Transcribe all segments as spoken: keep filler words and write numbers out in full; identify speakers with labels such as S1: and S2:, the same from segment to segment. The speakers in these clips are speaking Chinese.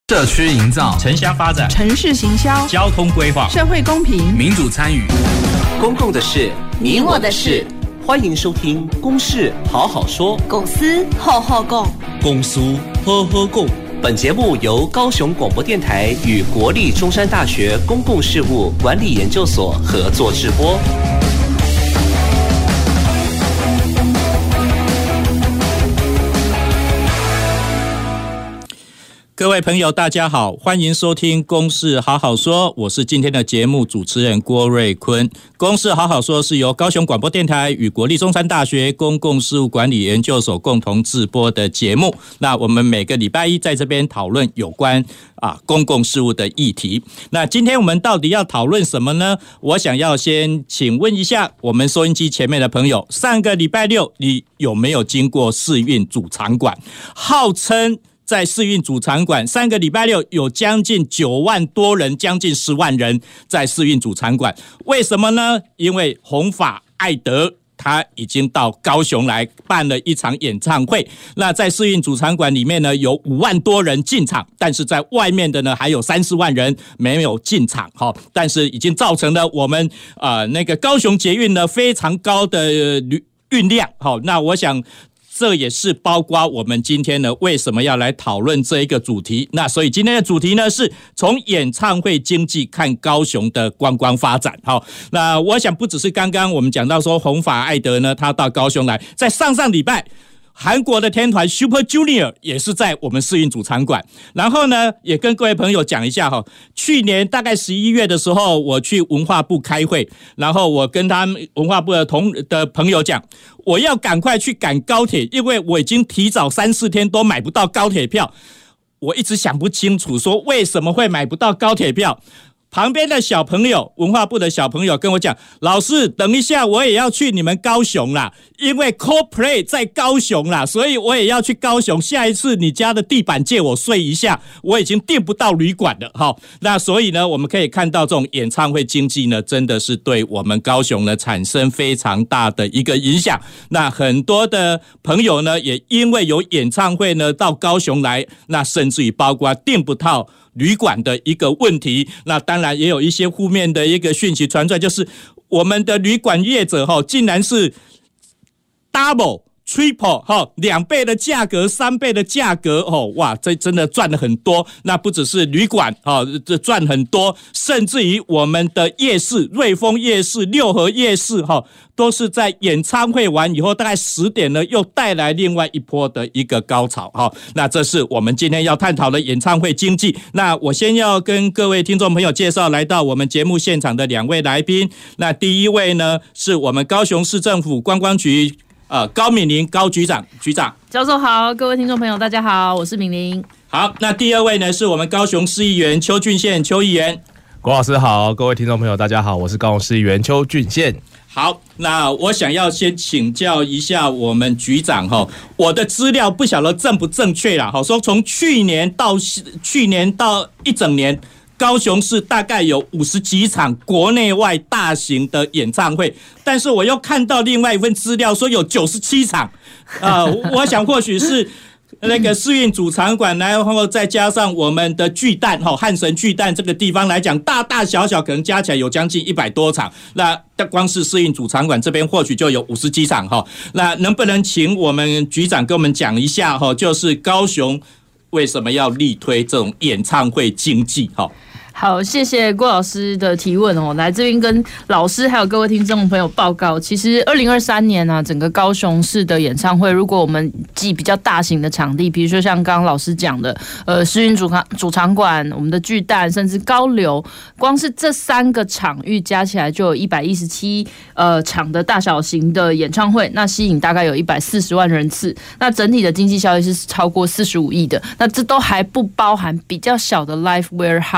S1: 社区营造、
S2: 城乡发展、
S3: 城市行销、
S2: 交通规划、
S3: 社会公平、
S1: 民主参与、
S4: 公共的事、
S5: 你我的事。
S4: 欢迎收听《公事好好说》，
S5: 公司好好讲，
S4: 公司呵呵共。本节目由高雄广播电台与国立中山大学公共事务管理研究所合作制播。
S2: 各位朋友大家好，欢迎收听公事好好说，我是今天的节目主持人郭瑞坤。公事好好说是由高雄广播电台与国立中山大学公共事务管理研究所共同制播的节目。那我们每个礼拜一在这边讨论有关啊公共事务的议题。那今天我们到底要讨论什么呢？我想要先请问一下我们收音机前面的朋友，上个礼拜六你有没有经过世运主场馆？号称在世运主场馆，三个礼拜六有将近九万多人，将近十万人在世运主场馆。为什么呢？因为弘法爱德他已经到高雄来办了一场演唱会。那在世运主场馆里面呢，有五万多人进场，但是在外面的呢还有三四万人没有进场哈。但是已经造成了我们呃那个高雄捷运呢非常高的运量。好，那我想这也是包括我们今天呢为什么要来讨论这一个主题。那所以今天的主题呢是从演唱会经济看高雄的观光发展。好，那我想不只是刚刚我们讲到说弘法爱德呢他到高雄来，在上上礼拜韩国的天团 Super Junior 也是在我们世运主场馆。然后呢也跟各位朋友讲一下哈，去年大概十一月的时候我去文化部开会，然后我跟他们文化部的同的朋友讲，我要赶快去赶高铁，因为我已经提早三四天都买不到高铁票。我一直想不清楚说为什么会买不到高铁票。旁边的小朋友，文化部的小朋友跟我讲，老师等一下我也要去你们高雄啦，因为 Coldplay 在高雄啦，所以我也要去高雄，下一次你家的地板借我睡一下，我已经订不到旅馆了。好，那所以呢我们可以看到这种演唱会经济呢真的是对我们高雄呢产生非常大的一个影响。那很多的朋友呢也因为有演唱会呢到高雄来，那甚至于包括订不到旅馆的一个问题。那当然也有一些负面的一个讯息传出来，就是我们的旅馆业者竟然是 double、triple 两倍的价格、三倍的价格，哇，这真的赚了很多。那不只是旅馆这赚很多，甚至于我们的夜市，瑞丰夜市、六合夜市都是在演唱会完以后大概十点呢又带来另外一波的一个高潮。好，那这是我们今天要探讨的演唱会经济。那我先要跟各位听众朋友介绍来到我们节目现场的两位来宾。那第一位呢是我们高雄市政府观光局呃高敏玲高局长，局长。
S6: 教授好，各位听众朋友大家好，我是敏玲。
S2: 好，那第二位呢是我们高雄市议员邱俊宪邱议员。
S7: 郭老师好，各位听众朋友大家好，我是高雄市议员邱俊宪。
S2: 好，那我想要先请教一下我们局长哈，我的资料不晓得正不正确啦。好，说从去年到去年到一整年，高雄市大概有五十几场国内外大型的演唱会，但是我又看到另外一份资料说有九十七场，呃，我想或许是那个世运主场馆，然后再加上我们的巨蛋汉神巨蛋这个地方来讲，大大小小可能加起来有将近一百多场。那光是世运主场馆这边或许就有五十几场。那能不能请我们局长跟我们讲一下，就是高雄为什么要力推这种演唱会经济？
S6: 好，谢谢郭老师的提问哦。来这边跟老师还有各位听众朋友报告，其实二零二三年啊，整个高雄市的演唱会，如果我们记比较大型的场地，比如说像刚刚老师讲的，呃，世运主场主场馆、我们的巨蛋，甚至高流，光是这三个场域加起来就有一百一十七呃场的大小型的演唱会，那吸引大概有一百四十万人次，那整体的经济效益是超过四十五亿的。那这都还不包含比较小的 Live Warehouse。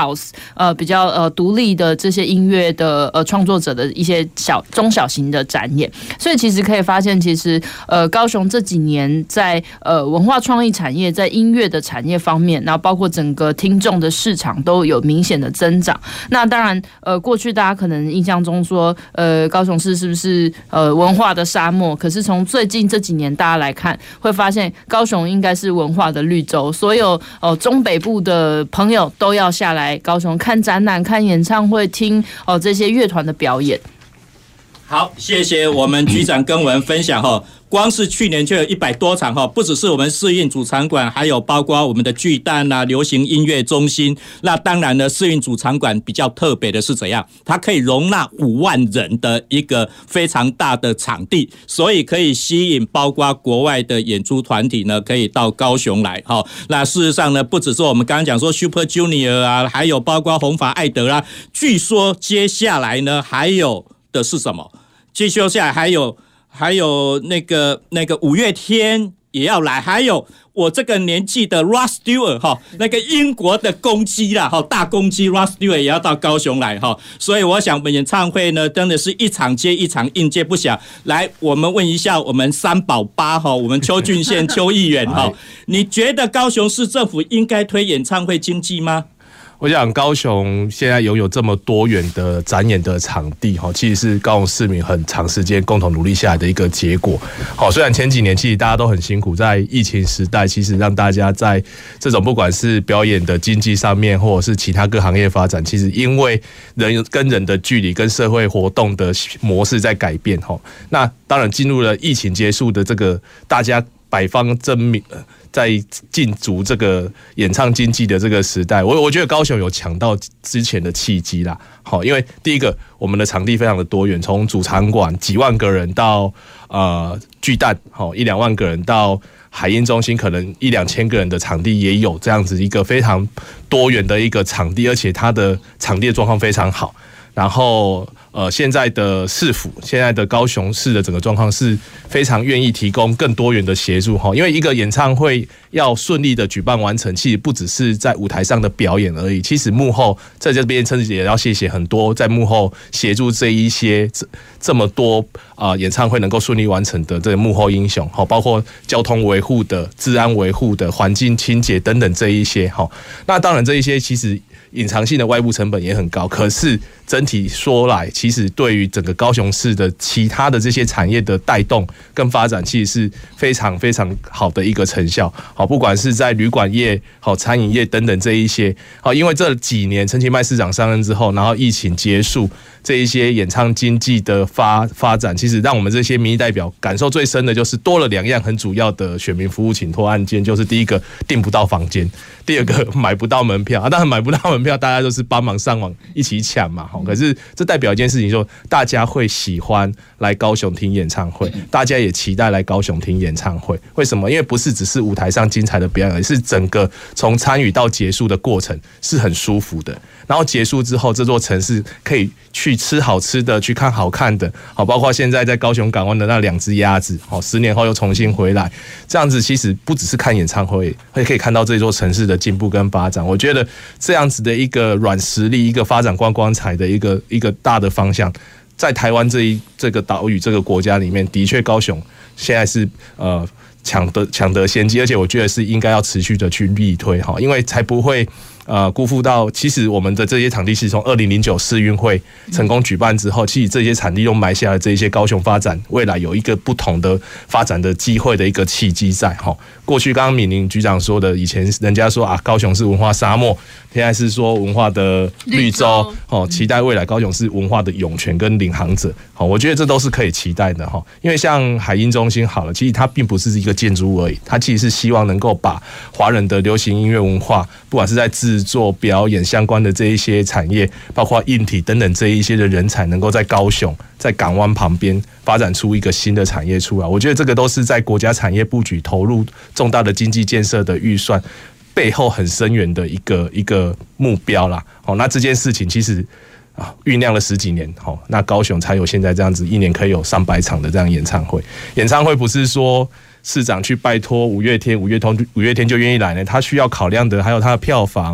S6: 呃比较呃独立的这些音乐的呃创作者的一些小中小型的展演。所以其实可以发现，其实呃高雄这几年在呃文化创意产业、在音乐的产业方面，然后包括整个听众的市场都有明显的增长。那当然，呃过去大家可能印象中说，呃高雄市是不是呃文化的沙漠？可是从最近这几年大家来看，会发现高雄应该是文化的绿洲，所有呃中北部的朋友都要下来高雄看展览、看演唱会、听哦、呃、这些乐团的表演。
S2: 好，谢谢我们局长跟我们分享哈。光是去年就有一百多场哈，不只是我们世运主场馆，还有包括我们的巨蛋啊、流行音乐中心。那当然呢，世运主场馆比较特别的是怎样？它可以容纳五万人的一个非常大的场地，所以可以吸引包括国外的演出团体呢，可以到高雄来哈。那事实上呢，不只是我们刚刚讲说 Super Junior 啊，还有包括红发艾德啦、啊。据说接下来呢，还有的是什么？继续下来还有。还有那个那个五月天也要来，还有我这个年纪的 Rod Stewart 哈，那个英国的公鸡啦哈，大公鸡 Rod Stewart 也要到高雄来哈，所以我想我们演唱会呢，真的是一场接一场，应接不暇。来，我们问一下我们三宝八哈，我们邱俊宪邱议员哈，你觉得高雄市政府应该推演唱会经济吗？
S7: 我想高雄现在拥有这么多元的展演的场地，其实是高雄市民很长时间共同努力下来的一个结果。虽然前几年其实大家都很辛苦，在疫情时代，其实让大家在这种不管是表演的经济上面，或者是其他各行业发展，其实因为人跟人的距离跟社会活动的模式在改变。那当然进入了疫情结束的这个大家百方争鸣，在竞逐这个演唱经济的这个时代，我我觉得高雄有抢到之前的契机啦。好，因为第一个，我们的场地非常的多元，从主场馆几万个人到呃巨蛋，好一两万个人到海鹰中心，可能一两千个人的场地也有这样子一个非常多元的一个场地，而且它的场地的状况非常好。然后呃，现在的市府，现在的高雄市的整个状况是非常愿意提供更多元的协助哈，因为一个演唱会要顺利的举办完成，其实不只是在舞台上的表演而已，其实幕后在这边，甚至也要谢谢很多在幕后协助这一些这这么多啊、呃、演唱会能够顺利完成的这个幕后英雄哈，包括交通维护的、治安维护的、环境清洁等等这一些哈。那当然这一些其实隐藏性的外部成本也很高，可是整体说来，其实对于整个高雄市的其他的这些产业的带动跟发展，其实是非常非常好的一个成效。好，不管是在旅馆业、好餐饮业等等这一些，好，因为这几年陈其迈市长上任之后，然后疫情结束，这一些演唱经济的发发展，其实让我们这些民意代表感受最深的就是多了两样很主要的选民服务请托案件，就是第一个订不到房间，第二个买不到门票啊。当然买不到门票，大家都是帮忙上网一起抢嘛。可是这代表一件事情，说大家会喜欢来高雄听演唱会，大家也期待来高雄听演唱会。为什么？因为不是只是舞台上精彩的表演，而是整个从参与到结束的过程是很舒服的。然后结束之后，这座城市可以去吃好吃的，去看好看的，好，包括现在在高雄港湾的那两只鸭子，好，十年后又重新回来，这样子其实不只是看演唱会，会可以看到这座城市的进步跟发展。我觉得这样子的一个软实力，一个发展观光财的一个一个大的方向，在台湾这一这个岛屿这个国家里面，的确高雄现在是呃抢得抢得先机，而且我觉得是应该要持续的去力推哈，因为才不会呃辜负到。其实我们的这些场地是从二零零九世运会成功举办之后，其实这些场地都埋下了这些高雄发展未来有一个不同的发展的机会的一个契机在哈。过去刚刚敏玲局长说的，以前人家说啊高雄是文化沙漠，现在是说文化的绿洲，哦，期待未来高雄是文化的涌泉跟领航者。好，我觉得这都是可以期待的哈。因为像海鹰中心好了，其实它并不是一个建筑物而已，它其实是希望能够把华人的流行音乐文化，不管是在制作、表演相关的这一些产业，包括硬体等等这一些的人才，能够在高雄、在港湾旁边发展出一个新的产业出来。我觉得这个都是在国家产业布局投入重大的经济建设的预算背后很深远的一个一个目标啦。好，那这件事情其实啊酝酿了十几年，好，那高雄才有现在这样子，一年可以有上百场的这样演唱会。演唱会不是说市长去拜托五月天，五月天五月天就愿意来呢，他需要考量的还有他的票房、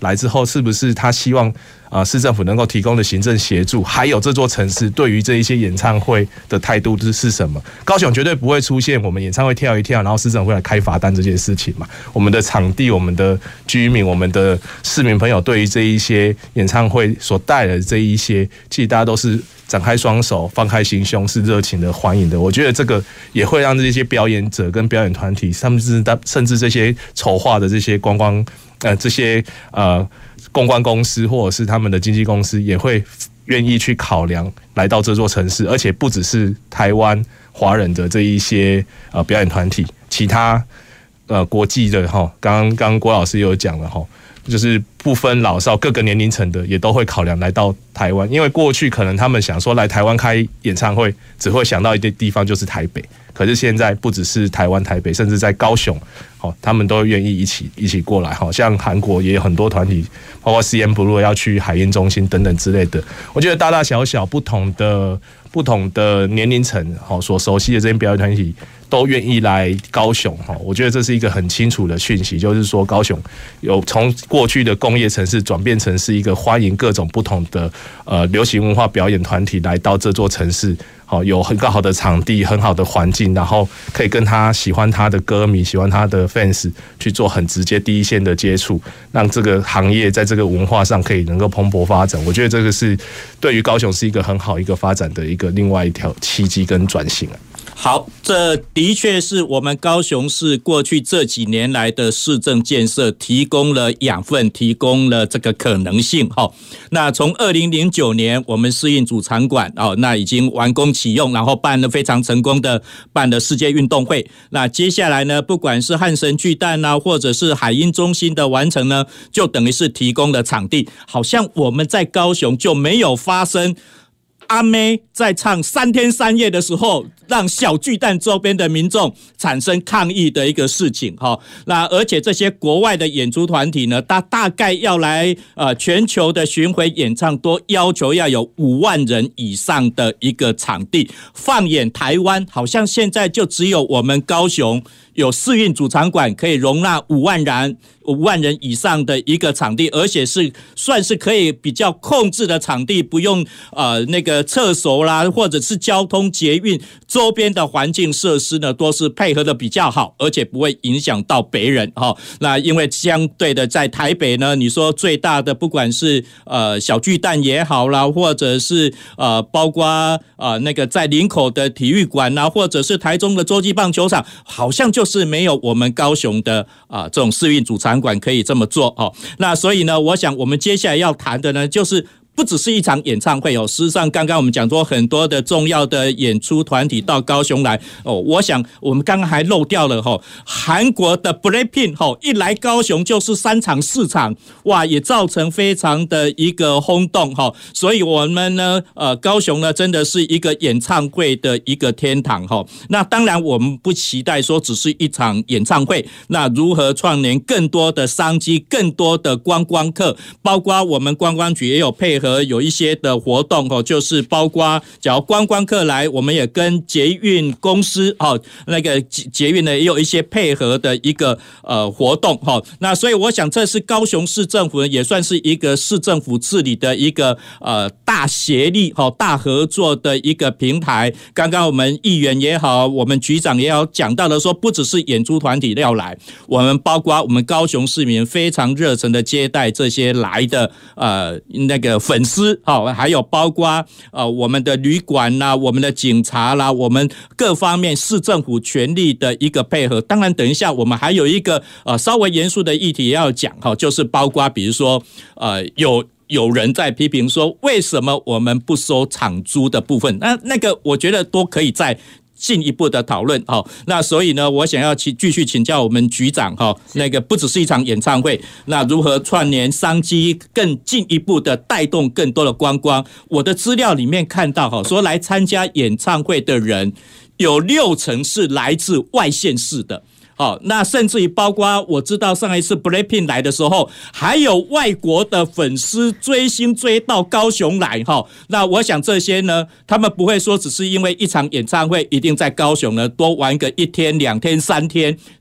S7: 来之后，是不是他希望啊、呃、市政府能够提供的行政协助，还有这座城市对于这一些演唱会的态度是什么？高雄绝对不会出现我们演唱会跳一跳，然后市政府会来开罚单这件事情嘛。我们的场地、我们的居民、我们的市民朋友对于这一些演唱会所带来的这一些，其实大家都是展开双手、放开心胸，是热情的欢迎的。我觉得这个也会让这些表演者跟表演团体，甚至甚至这些筹划的这些观光呃这些呃公关公司或者是他们的经纪公司，也会愿意去考量来到这座城市，而且不只是台湾华人的这一些呃表演团体，其他呃国际的哈，刚刚刚郭老师也有讲了哈。就是不分老少各个年龄层的也都会考量来到台湾，因为过去可能他们想说来台湾开演唱会只会想到一个地方就是台北，可是现在不只是台湾台北，甚至在高雄他们都愿意一起一起过来，像韩国也有很多团体，包括 C M Blue 要去海鹰中心等等之类的。我觉得大大小小不同的不同的年龄层所熟悉的这些表演团体都愿意来高雄，我觉得这是一个很清楚的讯息，就是说高雄有从过去的工业城市转变成是一个欢迎各种不同的呃流行文化表演团体来到这座城市，有很好的场地、很好的环境，然后可以跟他喜欢他的歌迷、喜欢他的 fans 去做很直接第一线的接触，让这个行业在这个文化上可以能够蓬勃发展。我觉得这个是对于高雄是一个很好一个发展的一个另外一条契机跟转型。
S2: 好，这的确是我们高雄市过去这几年来的市政建设提供了养分，提供了这个可能性。那从二零零九年我们世运主场馆那已经完工启用，然后办了非常成功的办了世界运动会。那接下来呢，不管是汉神巨蛋啊，或者是海鹰中心的完成呢，就等于是提供了场地。好像我们在高雄就没有发生阿妹在唱三天三夜的时候让小巨蛋周边的民众产生抗议的一个事情。那而且这些国外的演出团体呢，大大概要来呃全球的巡回演唱，都要求要有五万人以上的一个场地。放眼台湾，好像现在就只有我们高雄有世运主场馆可以容纳五万人五万人以上的一个场地，而且是算是可以比较控制的场地，不用呃那个厕所啦，或者是交通捷运周边的环境设施呢，都是配合的比较好，而且不会影响到别人哈。那因为相对的，在台北呢，你说最大的不管是呃小巨蛋也好啦，或者是呃包括呃那个在林口的体育馆啦，或者是台中的洲际棒球场，好像就是没有我们高雄的啊、呃、这种世运主场馆可以这么做哦。那所以呢，我想我们接下来要谈的呢，就是不只是一场演唱会哦，事实上刚刚我们讲说很多的重要的演出团体到高雄来哦，我想我们刚刚还漏掉了哈，韩国的 Blackpink 哈一来高雄就是三场四场，哇，也造成非常的一个轰动哈，所以我们呢呃高雄呢真的是一个演唱会的一个天堂哈。那当然我们不期待说只是一场演唱会，那如何串联更多的商机、更多的观光客，包括我们观光局也有配合。和有一些的活动哦，就是包括只要观光客来，我们也跟捷运公司哦，那个捷运呢也有一些配合的一个呃活动哈。那所以我想这是高雄市政府也算是一个市政府治理的一个呃大协力哈、大合作的一个平台。刚刚我们议员也好，我们局长也好讲到了说，不只是演出团体要来，我们包括我们高雄市民非常热忱的接待这些来的呃那个粉丝，还有包括呃我们的旅馆啦、我们的警察啦、我们各方面市政府全力的一个配合。当然等一下我们还有一个呃稍微严肃的议题要讲，就是包括比如说呃有有人在批评说为什么我们不收场租的部分，那那个我觉得都可以在进一步的讨论。那所以呢，我想要继续请教我们局长，那个不只是一场演唱会，那如何串联商机，更进一步的带动更多的观光。我的资料里面看到说来参加演唱会的人有六成是来自外县市的。好，那甚至于包括我知道上一次 Blackpink 来的时候，还有外国的粉丝追星追到高雄来哈。那我想这些呢，他们不会说只是因为一场演唱会一定在高雄呢多玩个一天、两天、三天，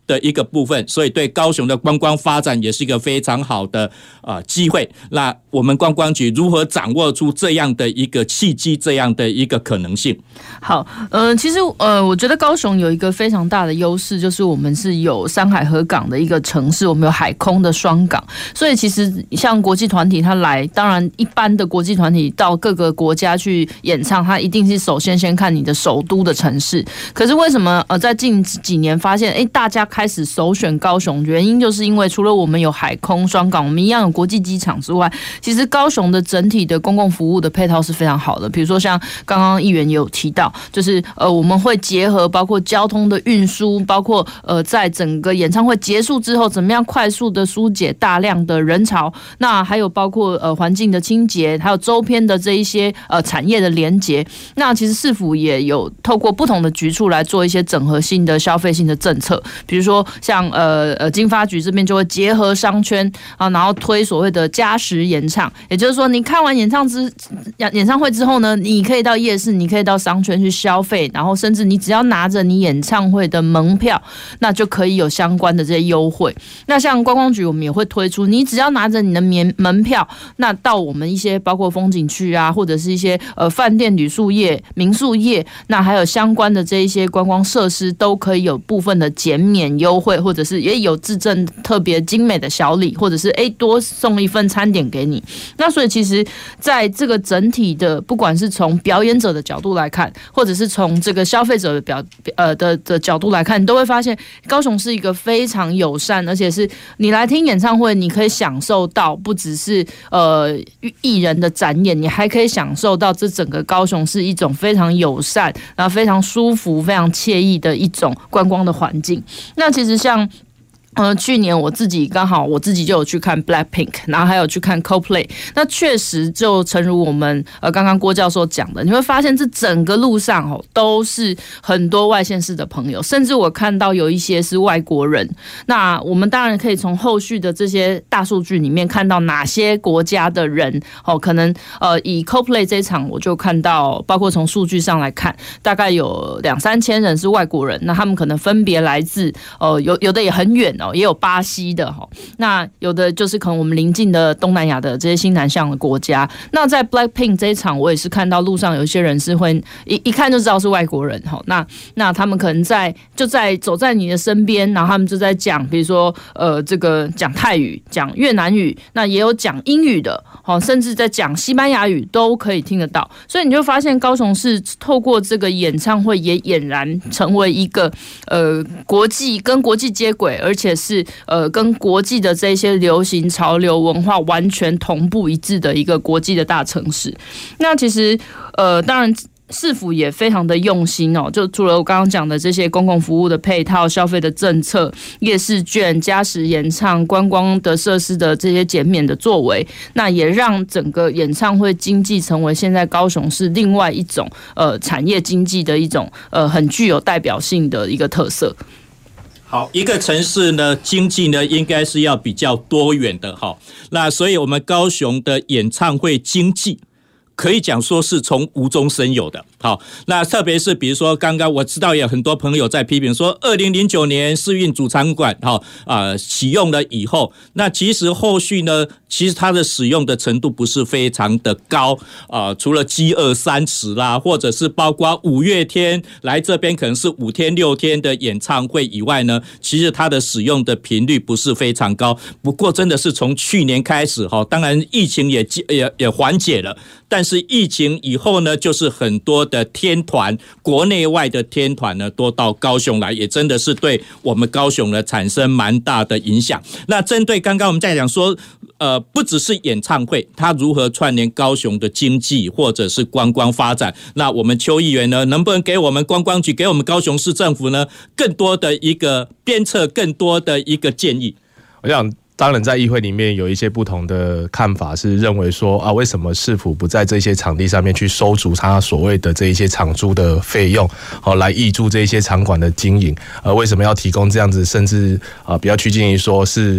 S2: 的一个部分，所以对高雄的观光发展也是一个非常好的呃机会。那我们观光局如何掌握出这样的一个契机，这样的一个可能性？
S6: 好，呃，其实呃，我觉得高雄有一个非常大的优势，就是我们是有山海河港的一个城市，我们有海空的双港，所以其实像国际团体他来，当然一般的国际团体到各个国家去演唱，他一定是首先先看你的首都的城市。可是为什么呃在近几年发现，哎，大家开始首选高雄，原因就是因为除了我们有海空双港，我们一样有国际机场之外，其实高雄的整体的公共服务的配套是非常好的。比如说像刚刚议员也有提到，就是呃我们会结合包括交通的运输，包括呃在整个演唱会结束之后，怎么样快速的疏解大量的人潮，那还有包括呃环境的清洁，还有周边的这一些呃产业的连结。那其实市府也有透过不同的局处来做一些整合性的消费性的政策，比如说像呃呃经发局这边就会结合商圈啊，然后推所谓的加时演唱，也就是说你看完演唱之演唱会之后呢，你可以到夜市，你可以到商圈去消费，然后甚至你只要拿着你演唱会的门票，那就可以有相关的这些优惠。那像观光局我们也会推出，你只要拿着你的门门票，那到我们一些包括风景区啊，或者是一些呃饭店、旅宿业、民宿业，那还有相关的这一些观光设施，都可以有部分的减免优惠，或者是也有致赠特别精美的小礼，或者是哎多送一份餐点给你。那所以其实在这个整体的，不管是从表演者的角度来看，或者是从这个消费者的表呃的的角度来看，你都会发现高雄是一个非常友善，而且是你来听演唱会，你可以享受到不只是呃艺人的展演，你还可以享受到这整个高雄是一种非常友善，然后非常舒服、非常惬意的一种观光的环境。那其实像呃，去年我自己刚好我自己就有去看 Blackpink， 然后还有去看 Coldplay。那确实就诚如我们呃刚刚郭教授讲的，你会发现这整个路上哦都是很多外县市的朋友，甚至我看到有一些是外国人。那我们当然可以从后续的这些大数据里面看到哪些国家的人哦，可能呃以 Coldplay 这一场我就看到，包括从数据上来看，大概有两三千人是外国人，那他们可能分别来自呃有有的也很远。也有巴西的，那有的就是可能我们邻近的东南亚的这些新南向的国家。那在 Blackpink 这一场，我也是看到路上有一些人是会一一看就知道是外国人，那那他们可能在就在走在你的身边，然后他们就在讲，比如说呃这个讲泰语、讲越南语，那也有讲英语的，甚至在讲西班牙语都可以听得到。所以你就发现高雄市透过这个演唱会也俨然成为一个呃国际跟国际接轨，而且是呃跟国际的这些流行潮流文化完全同步一致的一个国际的大城市。那其实呃当然市府也非常的用心哦，就除了我刚刚讲的这些公共服务的配套、消费的政策、夜市券、加时演唱、观光的设施的这些减免的作为，那也让整个演唱会经济成为现在高雄市另外一种呃产业经济的一种呃很具有代表性的一个特色。
S2: 好，一个城市呢，经济呢应该是要比较多元的哈。那所以我们高雄的演唱会经济可以讲说是从无中生有的。好，那特别是比如说刚刚我知道有很多朋友在批评说二零零九年世运主场馆好啊启用了以后，那其实后续呢其实它的使用的程度不是非常的高啊、呃，除了饥饿三尺啦，或者是包括五月天来这边可能是五天六天的演唱会以外呢，其实它的使用的频率不是非常高。不过真的是从去年开始哈，当然疫情也也也缓解了，但是疫情以后呢，就是很多的天团，国内外的天团呢，都到高雄来，也真的是对我们高雄呢产生蛮大的影响。那针对刚刚我们在讲说，呃，不只是演唱会，它如何串联高雄的经济或者是观光发展？那我们邱议员呢，能不能给我们观光局、给我们高雄市政府呢，更多的一个鞭策，更多的一个建议？
S7: 我想。当然，在议会里面有一些不同的看法，是认为说啊，为什么市府不在这些场地上面去收足他所谓的这一些场租的费用，好来挹注这一些场馆的经营？呃，为什么要提供这样子，甚至啊，比较趋近于说是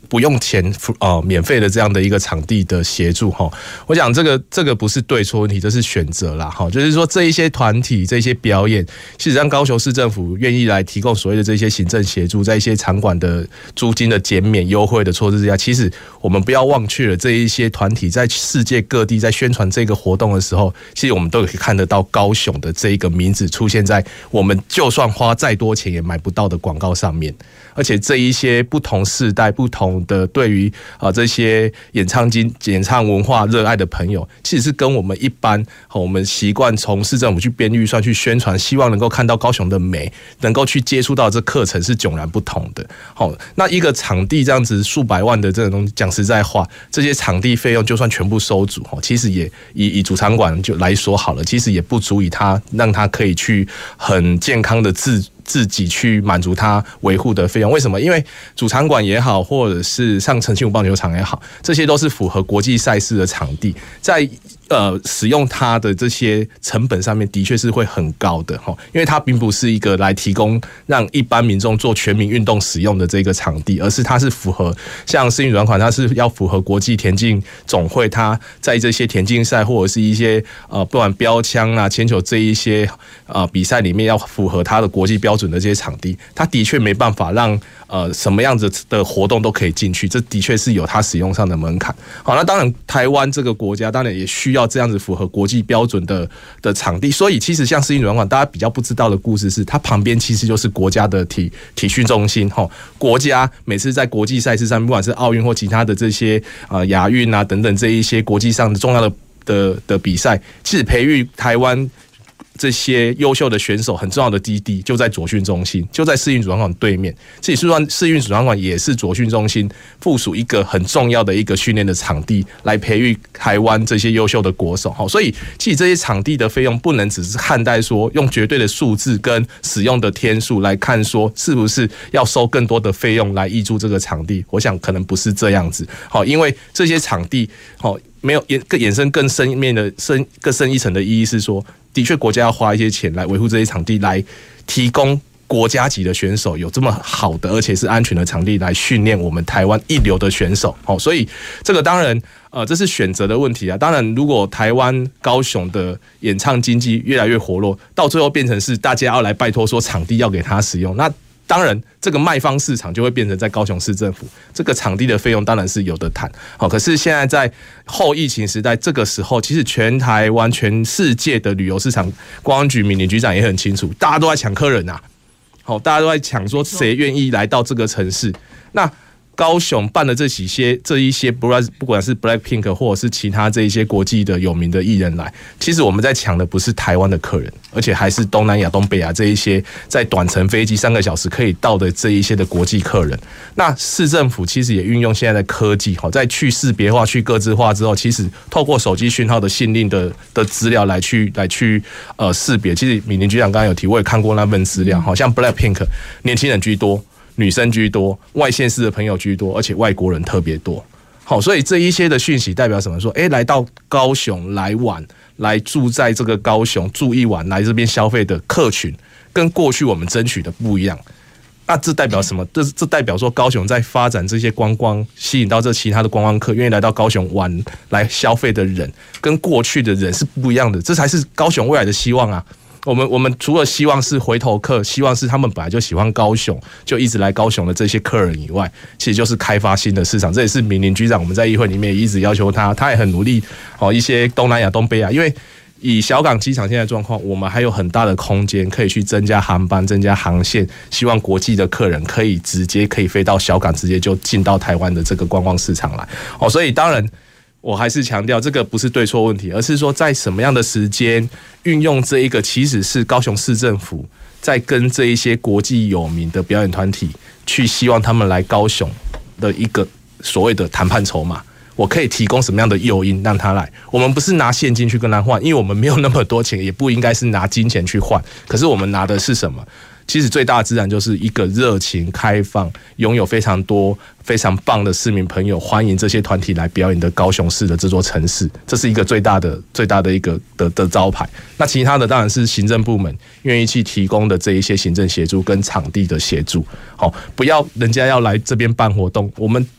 S7: 不用钱呃免费的这样的一个场地的协助哈。我讲这个这个不是对错问题，这是选择啦哈。就是说这一些团体这些表演，其实让高雄市政府愿意来提供所谓的这些行政协助，在一些场馆的租金的减免优惠的措施之下，其实我们不要忘却了这一些团体在世界各地在宣传这个活动的时候，其实我们都可以看得到高雄的这一个名字出现在我们就算花再多钱也买不到的广告上面。而且这一些不同世代、不同的对于啊这些演唱经、演唱文化热爱的朋友，其实是跟我们一般我们习惯从市政府去编预算去宣传，希望能够看到高雄的美，能够去接触到这课程是迥然不同的。好，那一个场地这样子数百万的这种东西，讲实在话，这些场地费用就算全部收足，其实也以以主场馆就来说好了，其实也不足以他让他可以去很健康的自。自己去满足他维护的费用，为什么？因为主场馆也好，或者是像澄清湖棒球场也好，这些都是符合国际赛事的场地，在呃使用它的这些成本上面，的确是会很高的哈，因为它并不是一个来提供让一般民众做全民运动使用的这个场地，而是它是符合像世运软款，它是要符合国际田径总会，它在这些田径赛或者是一些呃不管标枪啊、铅球这一些呃比赛里面要符合它的国际标准的这些场地，它的确没办法让呃什么样子的活动都可以进去，这的确是有它使用上的门槛。好，那当然台湾这个国家当然也需要这样子符合国际标准的的场地，所以其实像世运软馆，大家比较不知道的故事是，它旁边其实就是国家的体体训中心哈。国家每次在国际赛事上，不管是奥运或其他的这些呃亚运啊等等这一些国际上的重要的的的比赛，其实培育台湾这些优秀的选手很重要的基地就在左训中心，就在世运主场馆对面。这里世运主场馆也是左训中心附属一个很重要的一个训练的场地，来培育台湾这些优秀的国手。所以其实这些场地的费用不能只是看待说用绝对的数字跟使用的天数来看说是不是要收更多的费用来挹注这个场地，我想可能不是这样子。因为这些场地没有更衍生更深面的深更深一层的意义是说，的确国家要花一些钱来维护这些场地，来提供国家级的选手有这么好的而且是安全的场地来训练我们台湾一流的选手。所以这个当然呃这是选择的问题啊。当然如果台湾高雄的演唱经济越来越活络，到最后变成是大家要来拜托说场地要给他使用，那当然这个卖方市场就会变成在高雄市政府，这个场地的费用当然是有的谈。好，可是现在在后疫情时代，这个时候其实全台湾全世界的旅游市场，观光局闽林局长也很清楚，大家都在抢客人啊。好，大家都在抢说谁愿意来到这个城市。那高雄办的这几些这一些，不管是 Blackpink 或者是其他这一些国际的有名的艺人来，其实我们在抢的不是台湾的客人，而且还是东南亚、东北亚这一些在短程飞机三个小时可以到的这一些的国际客人。那市政府其实也运用现在的科技，在去识别化、去个资化之后，其实透过手机讯号的信令的的资料来去来去呃识别。其实闽林局长刚刚有提，我也看过那份资料，好像 Blackpink 年轻人居多。女生居多，外县市的朋友居多，而且外国人特别多。好，所以这一些的讯息代表什么？说，哎，来到高雄来玩，来住在这个高雄住一晚，来这边消费的客群，跟过去我们争取的不一样。那这代表什么？这这代表说高雄在发展这些观光，吸引到这其他的观光客，愿意来到高雄玩来消费的人，跟过去的人是不一样的。这才是高雄未来的希望啊！我们我们除了希望是回头客，希望是他们本来就喜欢高雄，就一直来高雄的这些客人以外，其实就是开发新的市场。这也是闽林局长我们在议会里面也一直要求他，他也很努力。哦，一些东南亚、东北亚，因为以小港机场现在的状况，我们还有很大的空间可以去增加航班、增加航线，希望国际的客人可以直接可以飞到小港，直接就进到台湾的这个观光市场来。哦，所以当然。我还是强调，这个不是对错问题，而是说在什么样的时间运用这一个，其实是高雄市政府在跟这一些国际有名的表演团体去希望他们来高雄的一个所谓的谈判筹码。我可以提供什么样的诱因让他来？我们不是拿现金去跟他换，因为我们没有那么多钱，也不应该是拿金钱去换。可是我们拿的是什么？其实最大的自然就是一个热情、开放、拥有非常多非常棒的市民朋友，欢迎这些团体来表演的高雄市的这座城市，这是一个最大的、最大的一个 的, 的招牌。那其他的当然是行政部门愿意去提供的这一些行政协助跟场地的协助。好，不要人家要来这边办活动，我们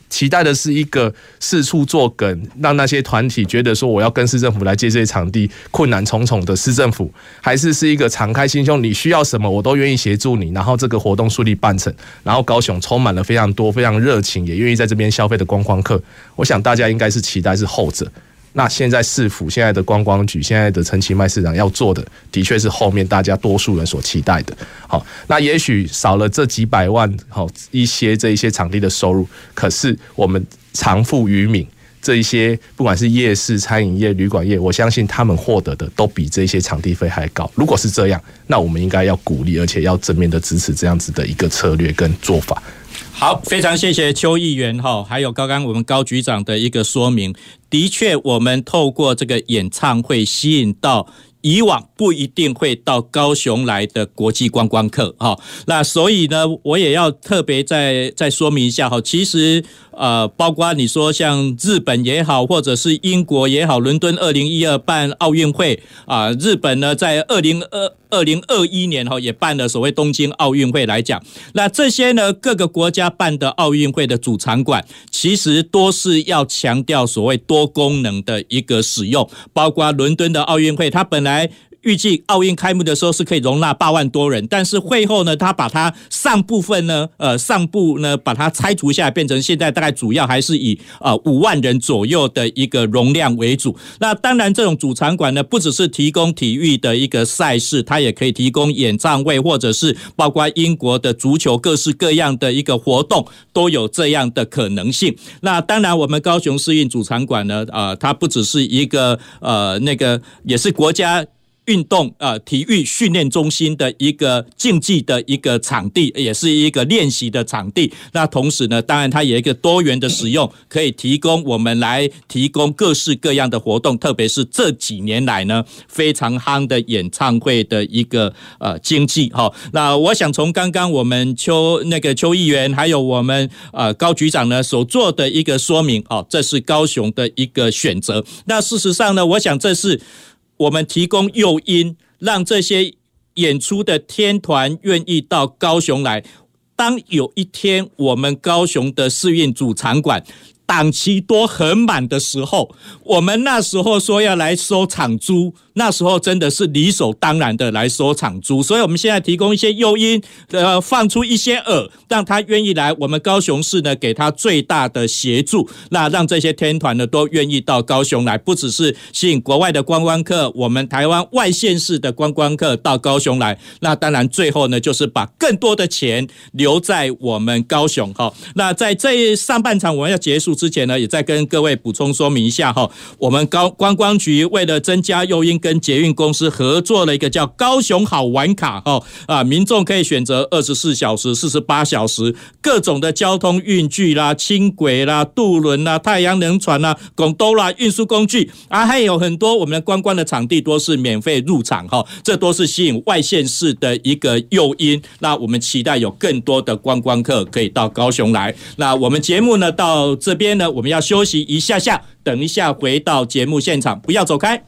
S7: 期待的是一个四处作梗，让那些团体觉得说我要跟市政府来借这些场地，困难重重的市政府，还是是一个敞开心胸，你需要什么我都愿意协助你，然后这个活动顺利办成，然后高雄充满了非常多非常热情也愿意在这边消费的观光客，我想大家应该是期待是后者。那现在市府现在的观光局现在的陈其迈市长要做的，的确是后面大家多数人所期待的。好，那也许少了这几百万，好一些这一些场地的收入，可是我们常富于民这一些，不管是夜市、餐饮业、旅馆业，我相信他们获得的都比这些场地费还高。如果是这样，那我们应该要鼓励，而且要正面的支持这样子的一个策略跟做法。
S2: 好，非常谢谢邱议员哈，还有刚刚我们高局长的一个说明。的确，我们透过这个演唱会吸引到以往不一定会到高雄来的国际观光客哈。那所以呢，我也要特别再再说明一下哈，其实呃，包括你说像日本也好，或者是英国也好，伦敦二零一二办奥运会啊，日本呢在二零二二零二一年哈也办了所谓东京奥运会来讲，那这些呢各个国家办的奥运会的主场馆，其实都是要强调所谓多功能的一个使用，包括伦敦的奥运会，它本来预计奥运开幕的时候是可以容纳八万多人，但是会后呢，他把它上部分呢，呃，上部呢把它拆除下来，变成现在大概主要还是以呃五万人左右的一个容量为主。那当然，这种主场馆呢，不只是提供体育的一个赛事，它也可以提供演唱会，或者是包括英国的足球各式各样的一个活动，都有这样的可能性。那当然，我们高雄市运主场馆呢，呃，它不只是一个呃那个，也是国家运动呃体育训练中心的一个竞技的一个场地，也是一个练习的场地。那同时呢，当然它有一个多元的使用，可以提供我们来提供各式各样的活动，特别是这几年来呢非常夯的演唱会的一个呃经济哈。那我想从刚刚我们邱那个邱议员还有我们呃高局长呢所做的一个说明哦，这是高雄的一个选择。那事实上呢，我想这是我们提供诱因，让这些演出的天团愿意到高雄来。当有一天我们高雄的世运主场馆档期都很满的时候，我们那时候说要来收场租，那时候真的是理所当然的来收场租。所以我们现在提供一些诱因，呃，放出一些餌，让他愿意来。我们高雄市呢，给他最大的协助，那让这些天团呢都愿意到高雄来，不只是吸引国外的观光客，我们台湾外县市的观光客到高雄来。那当然最后呢，就是把更多的钱留在我们高雄。好，那在这上半场我们要结束之前呢，也再跟各位补充说明一下哈，我们高观光局为了增加诱因，跟捷运公司合作了一个叫高雄好玩卡哈啊，民众可以选择二十四小时、四十八小时各种的交通运具啦、轻轨啦、渡轮啦、太阳能船啦、拱兜啦运输工具啊，还有很多我们的观光的场地都是免费入场哈，这都是吸引外县市的一个诱因。那我们期待有更多的观光客可以到高雄来。那我们节目呢到这边呢，我们要休息一下下，等一下回到节目现场，不要走开。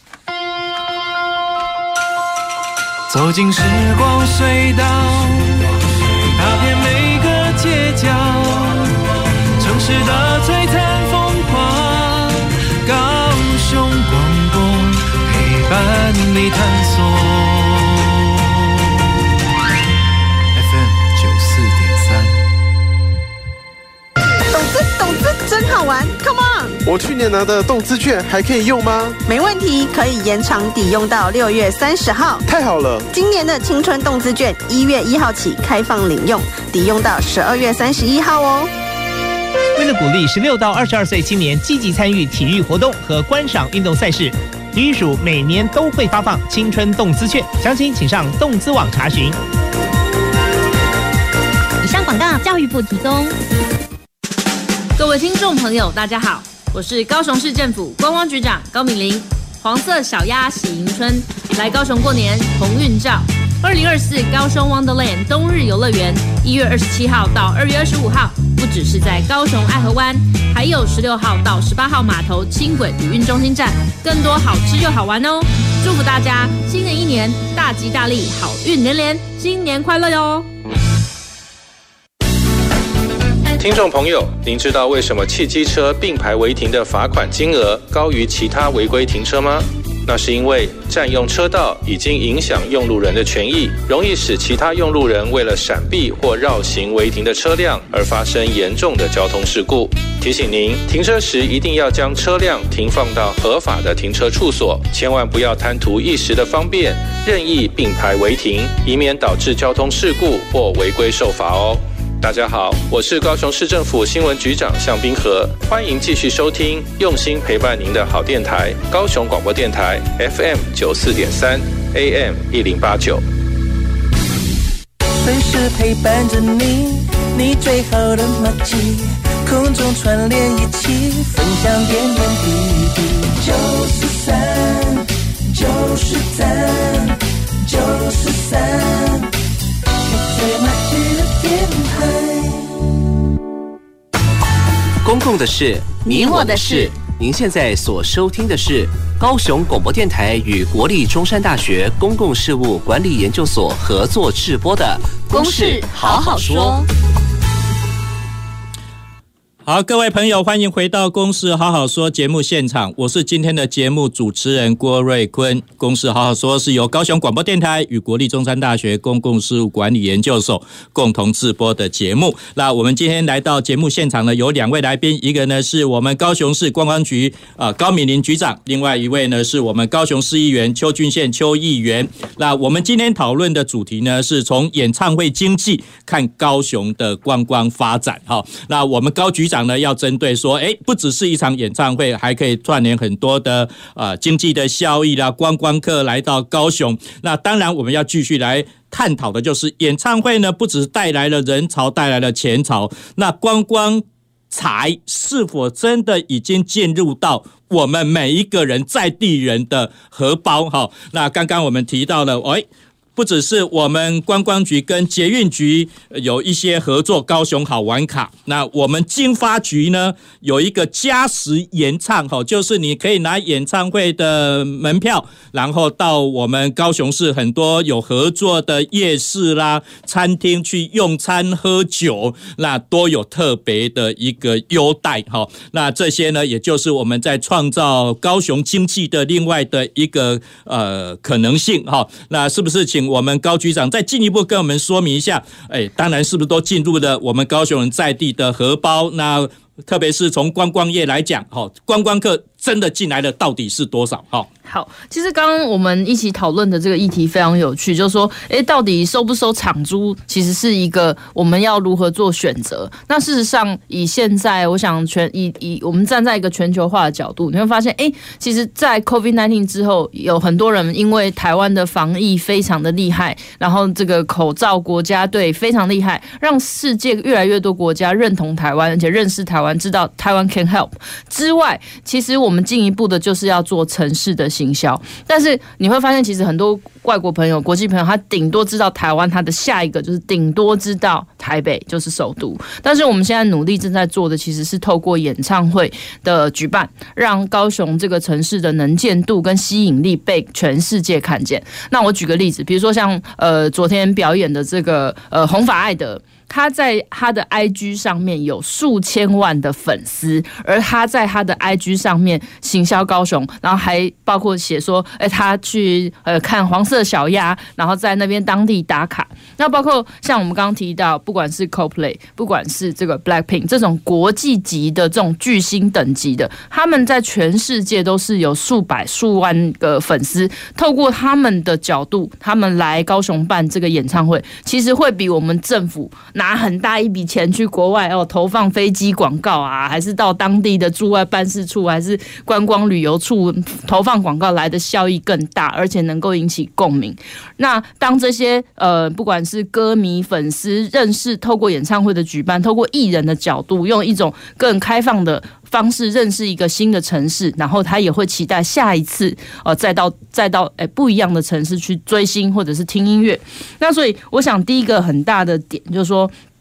S1: 走进时光隧道，踏遍每个街角，城市的璀璨风光，高雄广播陪伴你探索。F M 九四点三。
S5: 懂资懂资真好玩 ，Come on！
S3: 我去年拿的动资券还可以用吗？
S5: 没问题，可以延长抵用到六月三十号。
S3: 太好了！
S5: 今年的青春动资券一月一号起开放领用，抵用到十二月三十一号哦。
S8: 为了鼓励十六到二十二岁青年积极参与体育活动和观赏运动赛事，体育署每年都会发放青春动资券，详情请上动资网查询。
S9: 以上广告教育部提供。
S6: 各位听众朋友，大家好，我是高雄市政府观光局长高敏玲。黄色小鸭喜迎春，来高雄过年同运照。二零二四高雄 Wonderland 冬日游乐园，一月二十七号到二月二十五号，不只是在高雄爱河湾，还有十六号到十八号码头轻轨旅运中心站，更多好吃又好玩哦！祝福大家新的一年大吉大利，好运连连，新年快乐哟！
S10: 听众朋友，您知道为什么汽机车并排违停的罚款金额高于其他违规停车吗？那是因为占用车道已经影响用路人的权益，容易使其他用路人为了闪避或绕行违停的车辆而发生严重的交通事故。提醒您，停车时一定要将车辆停放到合法的停车处所，千万不要贪图一时的方便，任意并排违停，以免导致交通事故或违规受罚哦。大家好，我是高雄市政府新闻局长向冰河，欢迎继续收听用心陪伴您的好电台高雄广播电台 F M 九四点三 A M 一零八九，
S11: 随时陪伴着你，你最好的默契，空中串联一起，分享点点滴滴。九四三，九十三，九十三，你最默契的电台。
S4: 公共的事，你我的事。您现在所收听的是高雄广播电台与国立中山大学公共事务管理研究所合作制播的《公事好好说》。
S2: 好，各位朋友，欢迎回到《公事好好说》节目现场，我是今天的节目主持人郭瑞坤。《公事好好说》是由高雄广播电台与国立中山大学公共事务管理研究所共同制播的节目。那我们今天来到节目现场呢，有两位来宾，一个呢是我们高雄市观光局呃高敏玲局长，另外一位呢是我们高雄市议员邱俊宪邱议员。那我们今天讨论的主题呢，是从演唱会经济看高雄的观光发展。好，那我们高局长呢要针对说，哎，不只是一场演唱会，还可以串联很多的呃经济的效益啦，观光客来到高雄。那当然我们要继续来探讨的就是演唱会呢，不只带来了人潮，带来了钱潮，那观光财是否真的已经进入到我们每一个人在地人的荷包？哈，那刚刚我们提到了，哎。不只是我们观光局跟捷运局有一些合作，高雄好玩卡。那我们经发局呢有一个加时演唱，就是你可以拿演唱会的门票，然后到我们高雄市很多有合作的夜市啦、餐厅去用餐喝酒，那都有特别的一个优待。那这些呢，也就是我们在创造高雄经济的另外的一个呃可能性。那是不是请我们高局长再进一步跟我们说明一下，哎，当然是不是都进入了我们高雄人在地的荷包？那特别是从观光业来讲，观光客真的进来的到底是多少？
S6: 好，其实刚刚我们一起讨论的这个议题非常有趣，就是说，哎，到底收不收场租，其实是一个我们要如何做选择。那事实上，以现在我想全以以我们站在一个全球化的角度，你会发现，哎，其实，在 COVID 十九 之后，有很多人因为台湾的防疫非常的厉害，然后这个口罩国家队非常厉害，让世界越来越多国家认同台湾，而且认识台湾，知道台湾 can help 之外，其实我们进一步的就是要做城市的行销。但是你会发现，其实很多外国朋友、国际朋友，他顶多知道台湾，他的下一个就是顶多知道台北就是首都。但是我们现在努力正在做的，其实是透过演唱会的举办，让高雄这个城市的能见度跟吸引力被全世界看见。那我举个例子，比如说像呃昨天表演的这个呃红发艾德。他在他的 I G 上面有数千万的粉丝，而他在他的 I G 上面行销高雄，然后还包括写说，哎，他去呃看黄色小鸭，然后在那边当地打卡。那包括像我们刚刚提到，不管是 Coldplay， 不管是这个 Blackpink 这种国际级的这种巨星等级的，他们在全世界都是有数百数万个粉丝。透过他们的角度，他们来高雄办这个演唱会，其实会比我们政府拿很大一笔钱去国外哦，投放飞机广告啊，还是到当地的驻外办事处，还是观光旅游处投放广告来的效益更大，而且能够引起共鸣。那当这些呃，不管是歌迷、粉丝认识，透过演唱会的举办，透过艺人的角度，用一种更开放的方式认识一个新的城市，然后他也会期待下一次呃，再到再到诶不一样的城市去追星或者是听音乐。那所以我想第一个很大的点就是说，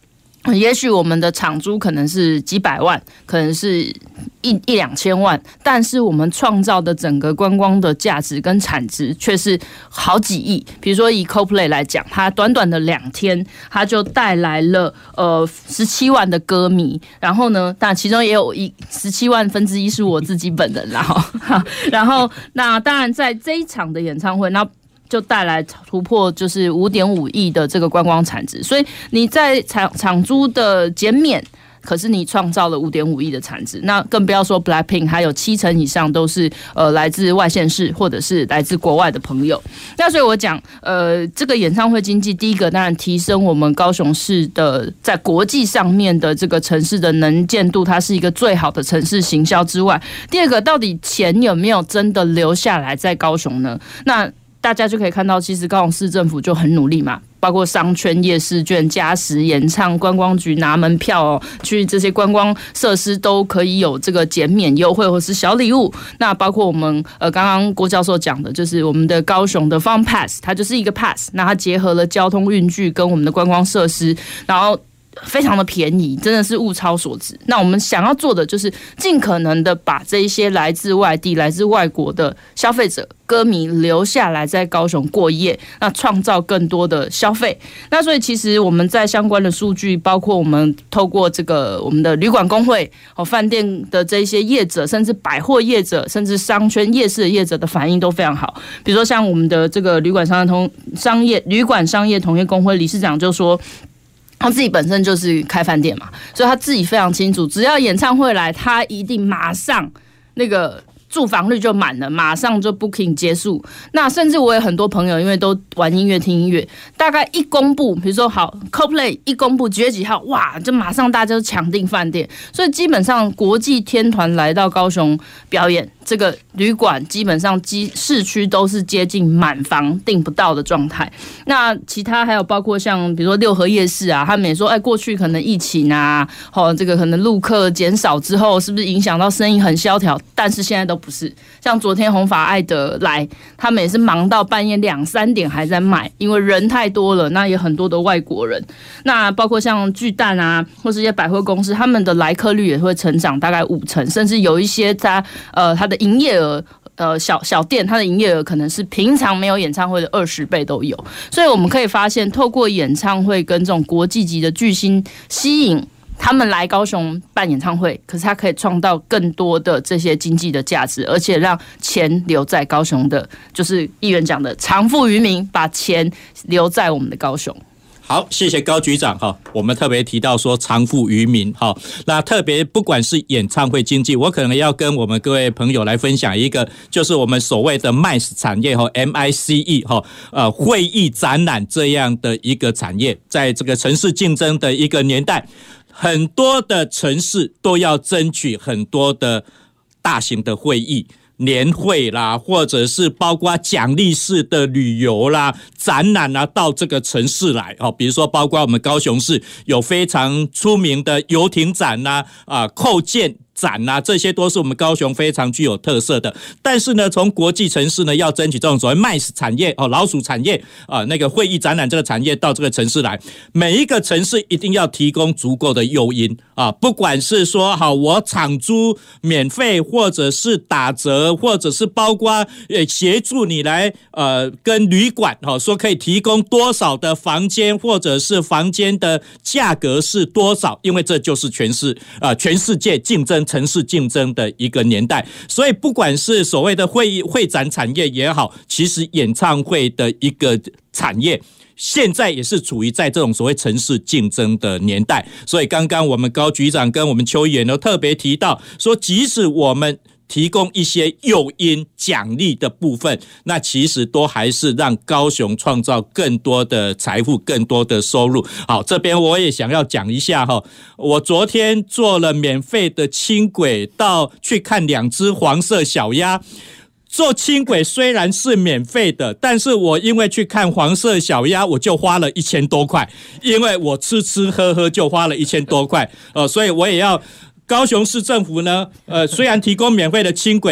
S6: 也许我们的场租可能是几百万，可能是一一两千万，但是我们创造的整个观光的价值跟产值却是好几亿。比如说以 Coldplay 来讲，它短短的两天，它就带来了呃十七万的歌迷，然后呢，但其中也有一十七万分之一是我自己本人啦。然后那当然在这一场的演唱会，那就带来突破就是五点五亿的这个观光产值，所以你在场场租的减免，可是你创造了五点五亿的产值，那更不要说 Blackpink， 还有七成以上都是呃来自外县市或者是来自国外的朋友。那所以我讲，呃，这个演唱会经济，第一个当然提升我们高雄市的在国际上面的这个城市的能见度，它是一个最好的城市行销之外，第二个到底钱有没有真的留下来在高雄呢？那大家就可以看到，其实高雄市政府就很努力嘛，包括商圈、夜市券、加时演唱、观光局拿门票哦，去这些观光设施都可以有这个减免优惠或是小礼物。那包括我们呃刚刚郭教授讲的，就是我们的高雄的 Fun Pass， 它就是一个 pass， 那它结合了交通运具跟我们的观光设施，然后非常的便宜，真的是物超所值。那我们想要做的就是尽可能的把这一些来自外地、来自外国的消费者、歌迷留下来在高雄过夜，那创造更多的消费。那所以其实我们在相关的数据，包括我们透过这个我们的旅馆工会、哦饭店的这些业者，甚至百货业者，甚至商圈夜市的业者的反应都非常好。比如说像我们的这个旅馆商业同商业旅馆商业同业工会理事长就说，他自己本身就是开饭店嘛，所以他自己非常清楚，只要演唱会来，他一定马上那个住房率就满了，马上就 booking 结束。那甚至我有很多朋友，因为都玩音乐、听音乐，大概一公布，比如说好 Coldplay 一公布几月几号，哇，就马上大家就抢订饭店。所以基本上国际天团来到高雄表演，这个旅馆基本上市区都是接近满房订不到的状态。那其他还有包括像比如说六合夜市啊，他们也说，哎，过去可能疫情啊，哦，这个可能陆客减少之后，是不是影响到生意很萧条？但是现在都不是。像昨天红发爱德来，他们也是忙到半夜两三点还在卖，因为人太多了，那也很多的外国人。那包括像巨蛋啊，或是一些百货公司，他们的来客率也会成长大概五成，甚至有一些它呃它的营业额。呃，小小店它的营业额可能是平常没有演唱会的二十倍都有，所以我们可以发现，透过演唱会跟这种国际级的巨星吸引他们来高雄办演唱会，可是它可以创造更多的这些经济的价值，而且让钱留在高雄的，就是议员讲的常富于民，把钱留在我们的高雄。
S2: 好，谢谢高局长哈。我们特别提到说常富于民哈，那特别不管是演唱会经济，我可能要跟我们各位朋友来分享一个，就是我们所谓的 M I C E 产业哈 ，M I C E 哈，呃，会议展览这样的一个产业，在这个城市竞争的一个年代，很多的城市都要争取很多的大型的会议。年会啦，或者是包括奖励式的旅游啦、展览啊，到这个城市来哦。比如说，包括我们高雄市有非常出名的游艇展啦、啊扣件展啊，这些都是我们高雄非常具有特色的。但是呢，从国际城市呢，要争取这种所谓 M I C E 产业哦，老鼠产业啊，那个会议展览这个产业到这个城市来，每一个城市一定要提供足够的诱因啊，不管是说好我场租免费，或者是打折，或者是包括呃协助你来呃跟旅馆哦说可以提供多少的房间，或者是房间的价格是多少，因为这就是全世啊、呃、全世界竞争。城市竞争的一个年代，所以不管是所谓的会议会展产业也好，其实演唱会的一个产业现在也是处于在这种所谓城市竞争的年代。所以刚刚我们高局长跟我们邱议员都特别提到说，即使我们提供一些诱因奖励的部分，那其实都还是让高雄创造更多的财富、更多的收入。好，这边我也想要讲一下哈，我昨天坐了免费的轻轨到去看两只黄色小鸭。坐轻轨虽然是免费的，但是我因为去看黄色小鸭，我就花了一千多块，因为我吃吃喝喝就花了一千多块，呃，所以我也要高雄市政府呢，呃，虽然提供免费的轻轨，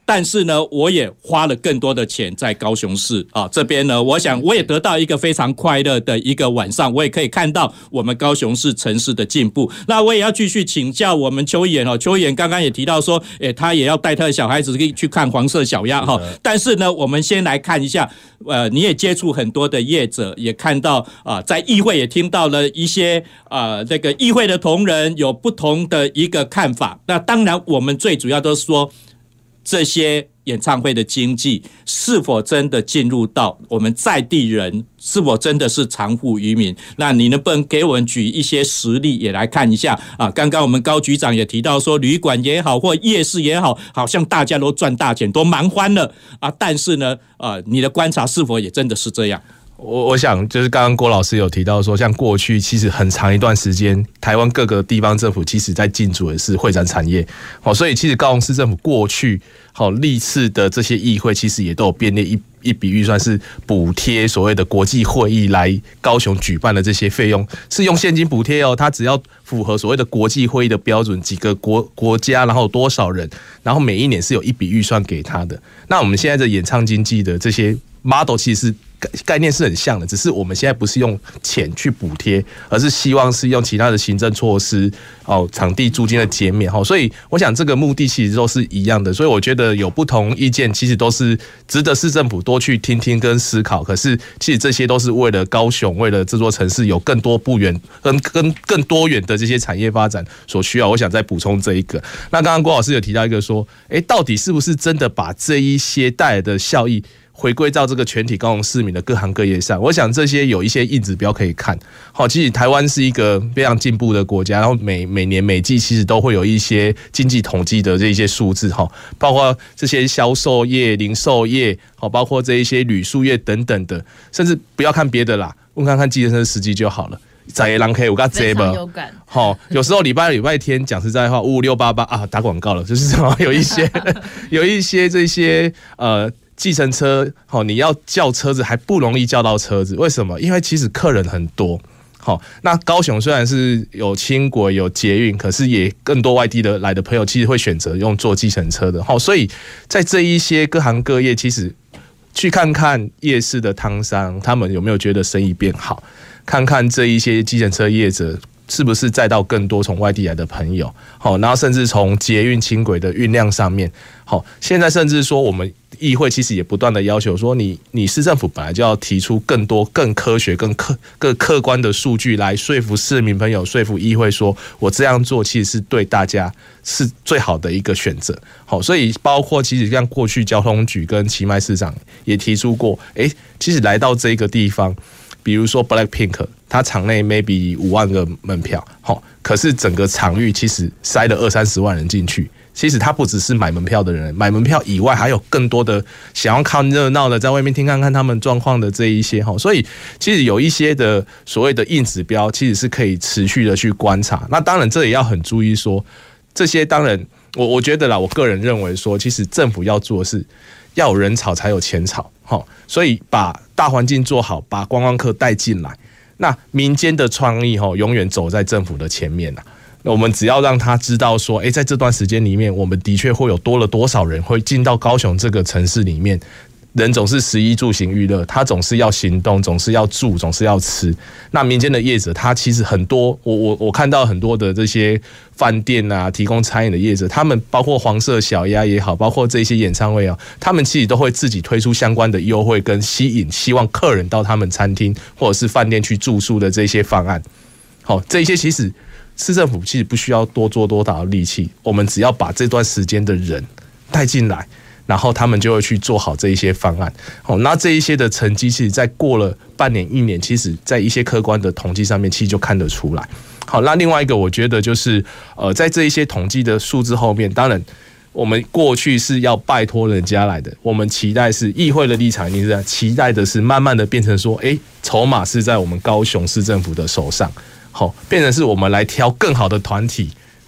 S2: 但是呢，我也花了更多的钱在高雄市啊这边呢，我想我也得到一个非常快乐的一个晚上，我也可以看到我们高雄市城市的进步。那我也要继续请教我们邱议员哦，邱议员刚刚也提到说，诶，他也要带他的小孩子去看黄色小鸭哈。但是呢，我们先来看一下，呃，你也接触很多的业者，也看到啊、呃，在议会也听到了一些啊、呃，这个议会的同仁有不同的一个看法。那当然，我们最主要都是说，这些演唱会的经济是否真的进入到我们在地人，是否真的是藏富于民？那你能不能给我们举一些实例也来看一下啊？刚刚我们高局长也提到说，旅馆也好或夜市也好，好像大家都赚大钱，都忙欢了啊。但是呢，呃，你的观察是否也真的是这样？
S7: 我我想就是刚刚郭老师有提到说，像过去其实很长一段时间，台湾各个地方政府其实在进驻的是会展产业，好，所以其实高雄市政府过去好历次的这些议会，其实也都有编列一一笔预算是补贴所谓的国际会议来高雄举办的这些费用，是用现金补贴哦，它只要符合所谓的国际会议的标准，几个国国家，然后多少人，然后每一年是有一笔预算给他的。那我们现在的演唱经济的这些 model 其实是概念是很像的，只是我们现在不是用钱去补贴，而是希望是用其他的行政措施哦，场地租金的减免哈，所以我想这个目的其实都是一样的，所以我觉得有不同意见，其实都是值得市政府多去听听跟思考。可是其实这些都是为了高雄，为了这座城市有更多不远跟跟更多元的这些产业发展所需要。我想再补充这一个。那刚刚郭老师有提到一个说，哎，到底是不是真的把这一些带来的效益回归到这个全体高雄市民的各行各业上？我想这些有一些硬指标可以看。好，其实台湾是一个非常进步的国家，然后每每年每季其实都会有一些经济统计的这一些数字，哈，包括这些销售业、零售业，好，包括这一些旅宿业等等的，甚至不要看别的啦，问看看计程车司机就好了。在人可以有个这吧，好，有时候礼拜礼拜天讲实在话，五五六八八啊，打广告了，就是这样，有一些有一些这些呃。计程车，好，你要叫车子还不容易叫到车子，为什么？因为其实客人很多。好，那高雄虽然是有轻轨有捷运，可是也更多外地的来的朋友，其实会选择用坐计程车的。好，所以在这一些各行各业，其实去看看夜市的摊商，他们有没有觉得生意变好？看看这一些计程车业者是不是载到更多从外地来的朋友？好，然后甚至从捷运轻轨的运量上面，好，现在甚至说我们议会其实也不断的要求说你，你你市政府本来就要提出更多、更科学、更客、更客观的数据来说服市民朋友、说服议会说，我这样做其实是对大家是最好的一个选择。好，所以包括其实像过去交通局跟奇迈市长也提出过，哎，其实来到这个地方，比如说 Blackpink， 它场内 maybe 五万个门票，好，可是整个场域其实塞了二三十万人进去。其实他不只是买门票的人，买门票以外还有更多的想要看热闹的，在外面听看看他们状况的这一些哈，所以其实有一些的所谓的硬指标，其实是可以持续的去观察。那当然这也要很注意说，这些当然我我觉得啦，我个人认为说，其实政府要做的是要有人潮才有钱潮哈，所以把大环境做好，把观光客带进来，那民间的创意哈，永远走在政府的前面啦。那我们只要让他知道说，哎，在这段时间里面，我们的确会有多了多少人会进到高雄这个城市里面。人总是食衣住行娱乐，他总是要行动，总是要住，总是要吃。那民间的业者，他其实很多，我我我看到很多的这些饭店啊，提供餐饮的业者，他们包括黄色小鸭也好，包括这些演唱会啊，他们其实都会自己推出相关的优惠跟吸引，希望客人到他们餐厅或者是饭店去住宿的这些方案。好，这些其实市政府其实不需要多做多大的力气，我们只要把这段时间的人带进来，然后他们就会去做好这一些方案。好，那这一些的成绩，其实在过了半年一年，其实在一些客观的统计上面，其实就看得出来。好，那另外一个我觉得就是呃，在这一些统计的数字后面，当然我们过去是要拜托人家来的，我们期待是议会的立场，一定是期待的是慢慢的变成说，哎，筹码是在我们高雄市政府的手上。好，变成是我们来挑更好的团体，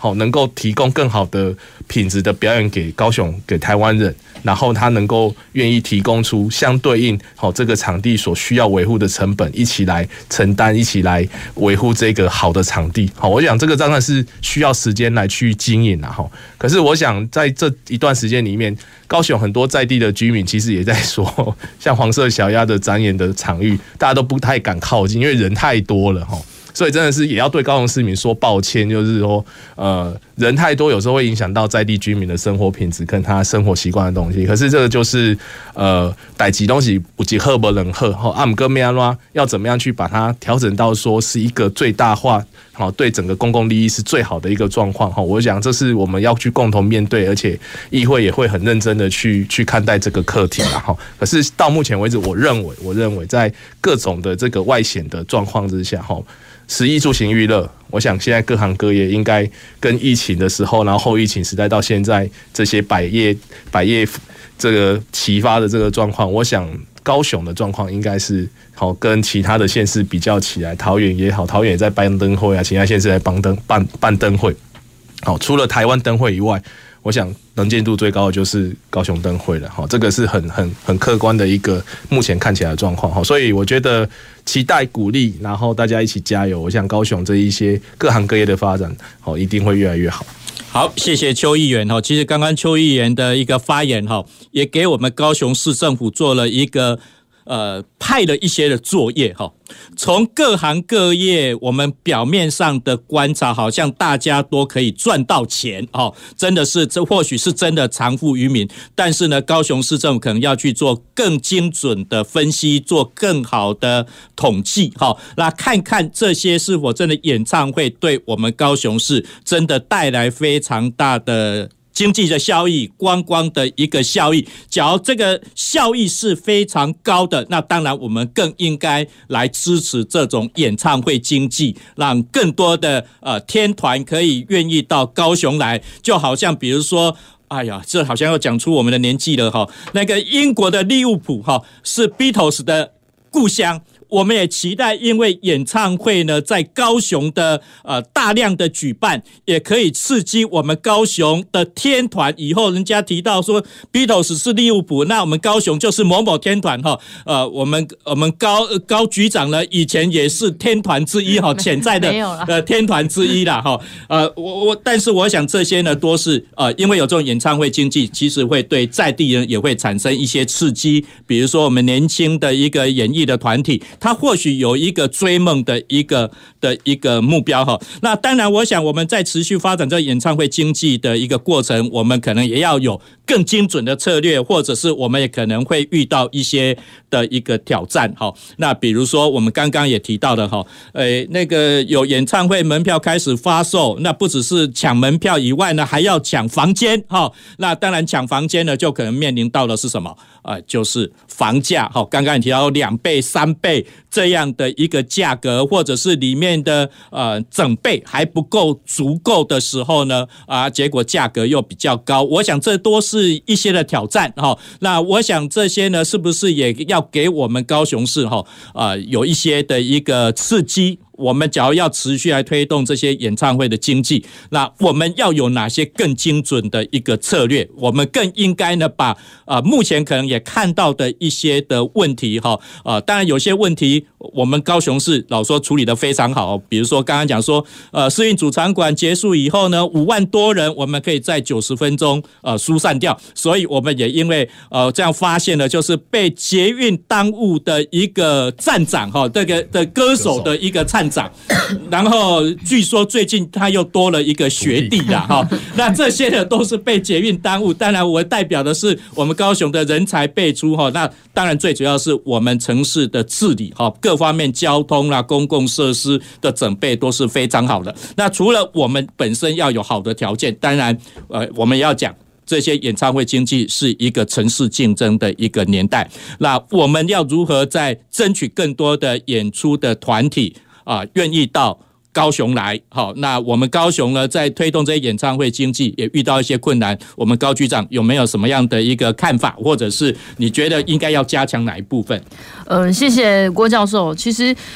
S7: 好能够提供更好的品质的表演给高雄给台湾人，然后他能够愿意提供出相对应好这个场地所需要维护的成本，一起来承担，一起来维护这个好的场地。好，我想这个当然是需要时间来去经营啦。哈，可是我想在这一段时间里面，高雄很多在地的居民其实也在说，像黄色小鸭的展演的场域，大家都不太敢靠近，因为人太多了哈。所以真的是也要对高雄市民说抱歉，就是说，呃，人太多有时候会影响到在地居民的生活品质跟他生活习惯的东西。可是这个就是呃，代志东西有一好无两好，吼，啊，唔过咩啊，要怎么样去把它调整到说是一个最大化，好，对整个公共利益是最好的一个状况。哈，我想这是我们要去共同面对，而且议会也会很认真的去去看待这个课题啦。哈，可是到目前为止，我认为，我认为在各种的这个外显的状况之下，哈。食衣住行娱乐，我想现在各行各业应该跟疫情的时候，然后后疫情时代到现在这些百业百业这个齐发的这个状况，我想高雄的状况应该是好跟其他的县市比较起来，桃园也好，桃园也在办灯会啊，其他县市在帮灯办办灯会。好，除了台湾灯会以外，我想能见度最高的就是高雄灯会了。好，这个是很很很客观的一个目前看起来的状况。好，所以我觉得期待鼓励，然后大家一起加油。我想高雄这一些各行各业的发展，好，一定会越来越好。
S2: 好，谢谢邱议员。其实刚刚邱议员的一个发言，也给我们高雄市政府做了一个呃派了一些的作业。从各行各业我们表面上的观察，好像大家都可以赚到钱，真的是这或许是真的藏富于民，但是呢，高雄市政府可能要去做更精准的分析，做更好的统计，那看看这些是否真的演唱会对我们高雄市真的带来非常大的经济的效益，观光的一个效益。假如这个效益是非常高的，那当然我们更应该来支持这种演唱会经济，让更多的呃天团可以愿意到高雄来。就好像比如说，哎呀，这好像要讲出我们的年纪了哈。那个英国的利物浦哈是 Beatles 的故乡。我们也期待，因为演唱会呢，在高雄的呃大量的举办，也可以刺激我们高雄的天团。以后人家提到说 Beatles 是利物浦，那我们高雄就是某某天团哈。呃，我们我们高高局长呢，以前也是天团之一哈，潜在的呃天团之一啦哈。呃，我我但是我想这些呢，都是呃因为有这种演唱会经济，其实会对在地人也会产生一些刺激。比如说我们年轻的一个演艺的团体。他或许有一个追梦的一个的一个目标哈。那当然，我想我们在持续发展这个演唱会经济的一个过程，我们可能也要有更精准的策略，或者是我们也可能会遇到一些的一个挑战哈。那比如说我们刚刚也提到的哈，呃，那个有演唱会门票开始发售，那不只是抢门票以外呢，还要抢房间哈。那当然抢房间呢，就可能面临到的是什么？呃，就是房价哈。刚刚也提到两倍、三倍。这样的一个价格，或者是里面的呃整备还不够足够的时候呢，啊，结果价格又比较高。我想这都是一些的挑战哈。那我想这些呢，是不是也要给我们高雄市哈啊有一些的一个刺激？我们假如要持续来推动这些演唱会的经济，那我们要有哪些更精准的一个策略？我们更应该呢，把啊、呃、目前可能也看到的一些的问题哈啊、呃，当然有些问题我们高雄市老说处理得非常好，比如说刚刚讲说，呃，世运主场馆结束以后呢，五万多人我们可以在九十分钟呃疏散掉，所以我们也因为呃这样发现了，就是被捷运耽误的一个站长哈，这个的歌手的一个站长，然后据说最近他又多了一个学弟啦哈，那这些呢都是被捷运耽误。当然，我代表的是我们高雄的人才辈出哈，那当然最主要是我们城市的治理哈，各方面交通啦、公共设施的准备都是非常好的。那除了我们本身要有好的条件，当然呃我们也要讲。这些演唱会经济是一个城市竞争的一个年代，那我们要如何在争取更多的演出的团体啊、呃，愿意到高雄来？好，那我们高雄呢，在推动这些演唱会经济也遇到一些困难，我们高局长有没有什么样的一个看法，或者是你觉得应该要加强哪一部分？
S6: 嗯、呃，谢谢郭教授。其实，嗯、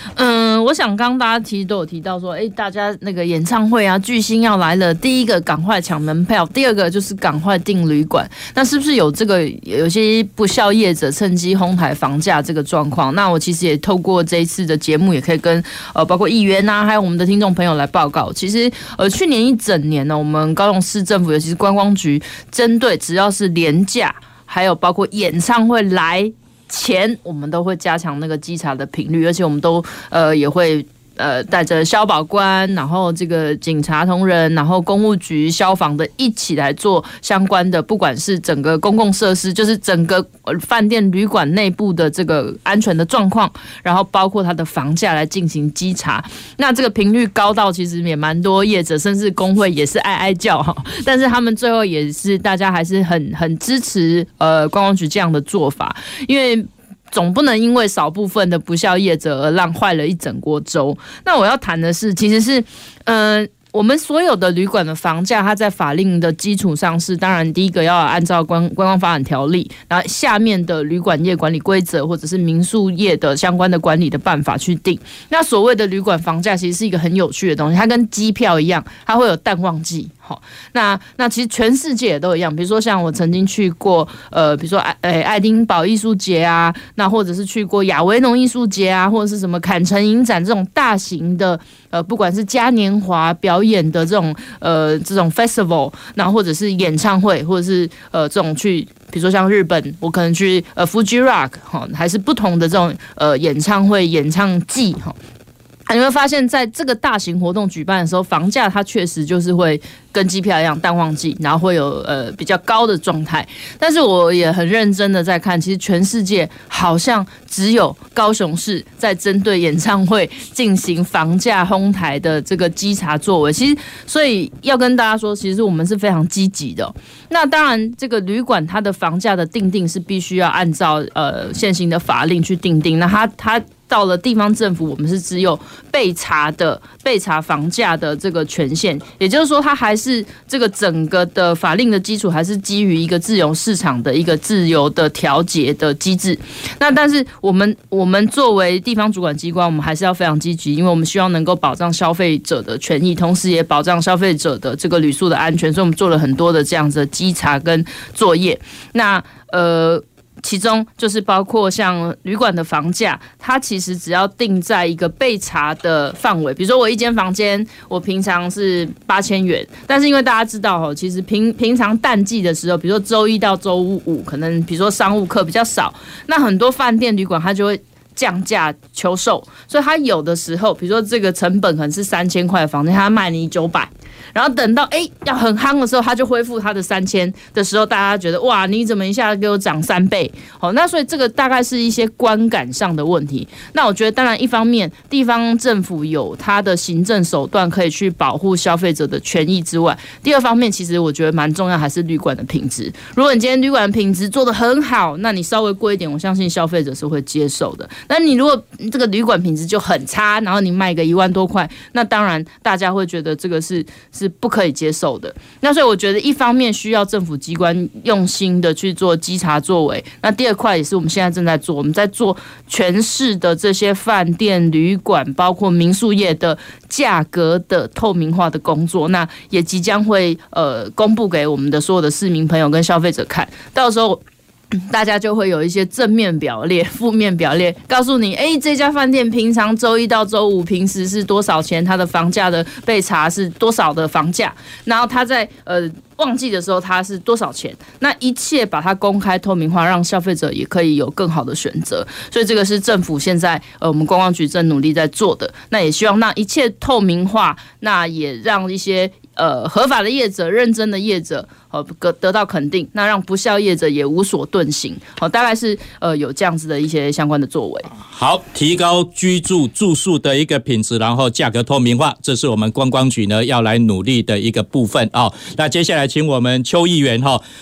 S6: 嗯，我想刚刚大家其实都有提到说，哎、欸，大家那个演唱会啊，巨星要来了，第一个赶快抢门票，第二个就是赶快订旅馆。那是不是有这个有些不肖业者趁机哄抬房价这个状况？那我其实也透过这一次的节目，也可以跟呃包括议员啊，还有我们的听众朋友来报告。其实呃去年一整年呢，我们高雄市政府尤其是观光局，针对只要是连假，还有包括演唱会来前，我们都会加强那个稽查的频率，而且我们都呃也会。呃，带着消保官，然后这个警察同仁，然后公务局、消防的一起来做相关的，不管是整个公共设施，就是整个饭店旅馆内部的这个安全的状况，然后包括它的房价来进行稽查。那这个频率高到其实也蛮多业者，甚至工会也是哀哀叫哈，但是他们最后也是大家还是很很支持呃观光局这样的做法，因为。总不能因为少部分的不肖业者而让坏了一整锅粥。那我要谈的是，其实是，嗯、呃。我们所有的旅馆的房价，它在法令的基础上是，当然第一个要按照观观光发展条例，然后下面的旅馆业管理规则或者是民宿业的相关的管理的办法去定。那所谓的旅馆房价其实是一个很有趣的东西，它跟机票一样，它会有淡旺季。好，那那其实全世界也都一样，比如说像我曾经去过，呃，比如说爱呃爱丁堡艺术节啊，那或者是去过亚维农艺术节啊，或者是什么坎城影展这种大型的，呃，不管是嘉年华表演的这种呃这种 festival， 那或者是演唱会，或者是呃这种去，比如说像日本，我可能去呃 Fuji Rock 哈，还是不同的这种呃演唱会演唱季哈。你会发现在这个大型活动举办的时候，房价它确实就是会跟机票一样淡旺季，然后会有呃比较高的状态。但是我也很认真的在看，其实全世界好像只有高雄市在针对演唱会进行房价哄抬的这个稽查作为。其实，所以要跟大家说，其实我们是非常积极的。那当然，这个旅馆它的房价的定定是必须要按照呃现行的法令去定定。那它它。到了地方政府，我们是只有备查的备查房价的这个权限，也就是说，它还是这个整个的法令的基础，还是基于一个自由市场的一个自由的调节的机制。那但是我们我们作为地方主管机关，我们还是要非常积极，因为我们希望能够保障消费者的权益，同时也保障消费者的这个旅宿的安全，所以我们做了很多的这样子的稽查跟作业。那呃。其中就是包括像旅馆的房价，它其实只要定在一个备查的范围，比如说我一间房间，我平常是八千元，但是因为大家知道哦，其实平平常淡季的时候，比如说周一到周五，可能比如说商务客比较少，那很多饭店旅馆它就会降价求售，所以它有的时候，比如说这个成本可能是三千块的房间，它卖你九百。然后等到哎要很夯的时候，他就恢复他的三千的时候，大家觉得哇，你怎么一下给我涨三倍？好，那所以这个大概是一些观感上的问题。那我觉得，当然一方面地方政府有它的行政手段可以去保护消费者的权益之外，第二方面其实我觉得蛮重要，还是旅馆的品质。如果你今天旅馆的品质做得很好，那你稍微贵一点，我相信消费者是会接受的。那你如果这个旅馆品质就很差，然后你卖个一万多块，那当然大家会觉得这个是。是不可以接受的。那所以我觉得一方面需要政府机关用心的去做稽查作为，那第二块也是我们现在正在做，我们在做全市的这些饭店旅馆包括民宿业的价格的透明化的工作，那也即将会呃公布给我们的所有的市民朋友跟消费者看，到时候大家就会有一些正面表列、负面表列，告诉你，哎，这家饭店平常周一到周五平时是多少钱，它的房价的备查是多少的房价，然后它在呃旺季的时候它是多少钱，那一切把它公开透明化，让消费者也可以有更好的选择。所以这个是政府现在呃我们观光局正努力在做的，那也希望让一切透明化，那也让一些呃合法的业者、认真的业者。呃，得到肯定，那让不肖业者也无所遁形。好，大概是呃有这样子的一些相关的作为。
S2: 好，提高居住住宿的一个品质，然后价格透明化，这是我们观光局呢要来努力的一个部分哦。那接下来请我们邱议员哈。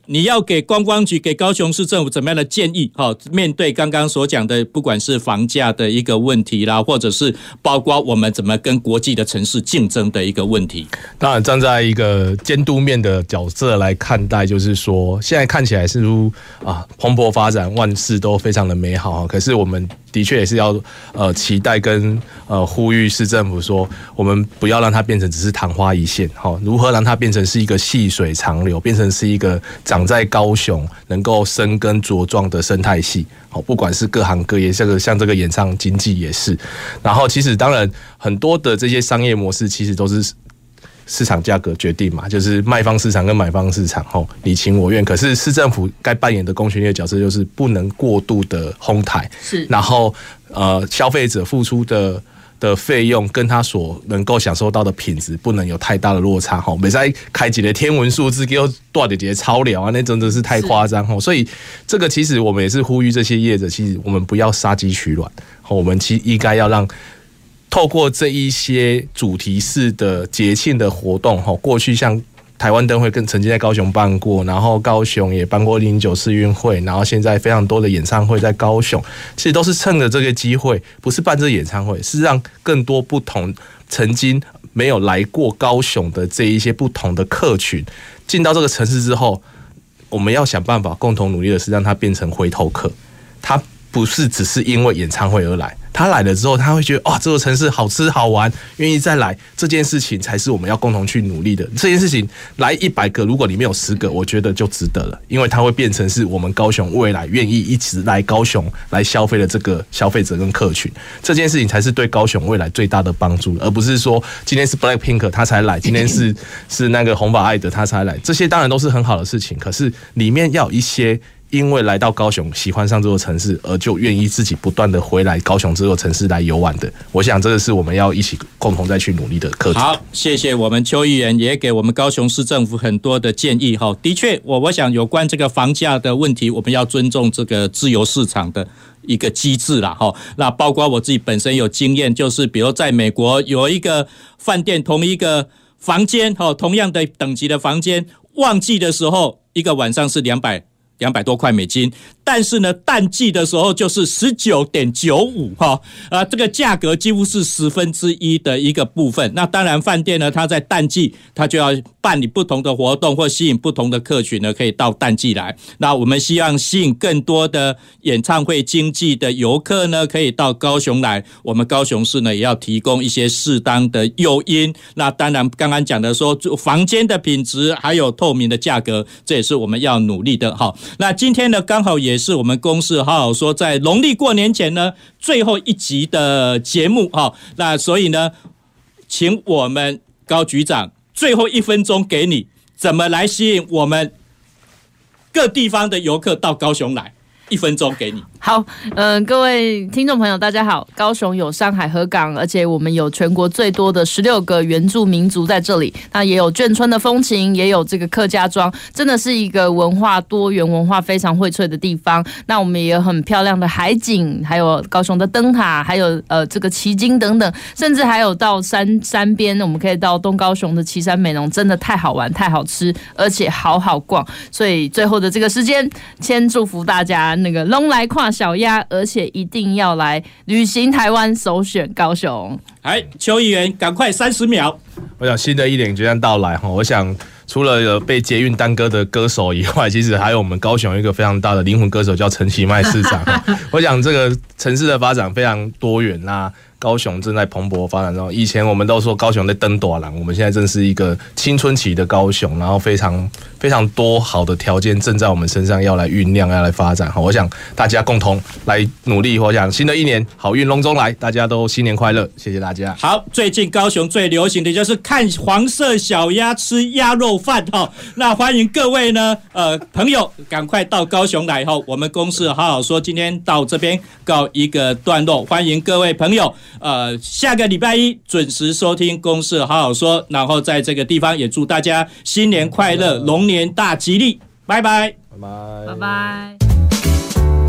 S2: 你要给观光局、给高雄市政府怎么样的建议？哈，面对刚刚所讲的，不管是房价的一个问题啦，或者是包括我们怎么跟国际的城市竞争的一个问题。
S7: 当然，站在一个监督面的角色来看待，就是说，现在看起来似乎啊蓬勃发展，万事都非常的美好。可是我们的确也是要呃期待跟呃呼吁市政府说，我们不要让它变成只是昙花一现，哈，如何让它变成是一个细水长流，变成是一个长在高雄能够生根茁壮的生态系，好，不管是各行各业，这个像这个演唱经济也是。然后其实当然很多的这些商业模式其实都是市场价格决定嘛，就是卖方市场跟买方市场，吼，你情我愿。可是市政府该扮演的公权力的角色就是不能过度的哄抬，
S6: 是，
S7: 然后呃消费者付出的。的费用跟他所能够享受到的品质不能有太大的落差，吼，没在开几个天文数字给我多几个超聊啊，那真的是太夸张，吼。所以这个其实我们也是呼吁这些业者，其实我们不要杀鸡取卵，我们其实应该要让透过这一些主题式的节庆的活动，吼，过去像台湾灯会跟曾经在高雄办过，然后高雄也办过零零九世运会，然后现在非常多的演唱会在高雄，其实都是趁着这个机会，不是办这个演唱会，是让更多不同曾经没有来过高雄的这一些不同的客群进到这个城市之后，我们要想办法共同努力的是让它变成回头客，它不是只是因为演唱会而来。他来了之后，他会觉得哇，这座城市好吃好玩，愿意再来。这件事情才是我们要共同去努力的。这件事情来一百个，如果里面有十个，我觉得就值得了，因为它会变成是我们高雄未来愿意一直来高雄来消费的这个消费者跟客群。这件事情才是对高雄未来最大的帮助，而不是说今天是 Blackpink 他才来，今天是是那个红发爱德他才来。这些当然都是很好的事情，可是里面要有一些。因为来到高雄喜欢上这座城市，而就愿意自己不断的回来高雄这座城市来游玩的，我想这个是我们要一起共同再去努力的课题。
S2: 好，谢谢我们邱议员，也给我们高雄市政府很多的建议。的确，我我想有关这个房价的问题，我们要尊重这个自由市场的一个机制啦。那包括我自己本身有经验，就是比如在美国有一个饭店，同一个房间，同样的等级的房间，旺季的时候一个晚上是两百两百多块美金，但是呢，淡季的时候就是十九点九五哈，啊，这个价格几乎是十分之一的一个部分。那当然，饭店呢，它在淡季，它就要办理不同的活动，或吸引不同的客群呢，可以到淡季来。那我们希望吸引更多的演唱会经济的游客呢，可以到高雄来。我们高雄市呢，也要提供一些适当的诱因。那当然，刚刚讲的说房间的品质，还有透明的价格，这也是我们要努力的哈。那今天呢，刚好也是我们公视好好说在农历过年前呢最后一集的节目哈。那所以呢，请我们高局长最后一分钟给你，怎么来吸引我们各地方的游客到高雄来？一分钟给你。
S6: 好，嗯、呃，各位听众朋友，大家好。高雄有山海河港，而且我们有全国最多的十六个原住民族在这里。那也有眷村的风情，也有这个客家庄，真的是一个文化多元、文化非常荟萃的地方。那我们也有很漂亮的海景，还有高雄的灯塔，还有呃这个旗津等等，甚至还有到山山边，我们可以到东高雄的旗山美浓，真的太好玩、太好吃，而且好好逛。所以最后的这个时间，先祝福大家那个龙来跨小鸭，而且一定要来旅行台湾，首选高雄。
S2: 哎，邱议员，赶快三十秒。
S7: 我想新的一年即将到来哈，我想除了有被捷运耽搁的歌手以外，其实还有我们高雄一个非常大的灵魂歌手叫陈其迈市长。我想这个城市的发展非常多元啦。高雄正在蓬勃发展中。以前我们都说高雄在登大人，我们现在正是一个青春期的高雄，然后非常非常多好的条件正在我们身上要来酝酿，要来发展。我想大家共同来努力。我想新的一年好运隆中来，大家都新年快乐，谢谢大家。
S2: 好，最近高雄最流行的就是看黄色小鸭吃鸭肉饭哈，那欢迎各位呢，呃，朋友赶快到高雄来哈。我们公视好好说，今天到这边告一个段落，欢迎各位朋友。呃，下个礼拜一准时收听公视好好说，然后在这个地方也祝大家新年快乐，龙年大吉利，拜拜，
S7: 拜拜，
S6: 拜拜。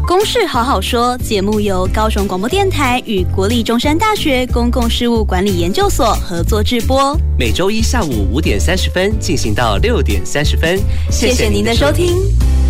S12: 公事好好说节目由高雄广播电台与国立中山大学公共事务管理研究所合作制播，
S4: 每周一下午五点三十分进行到六点三十分。
S12: 谢谢您的收听。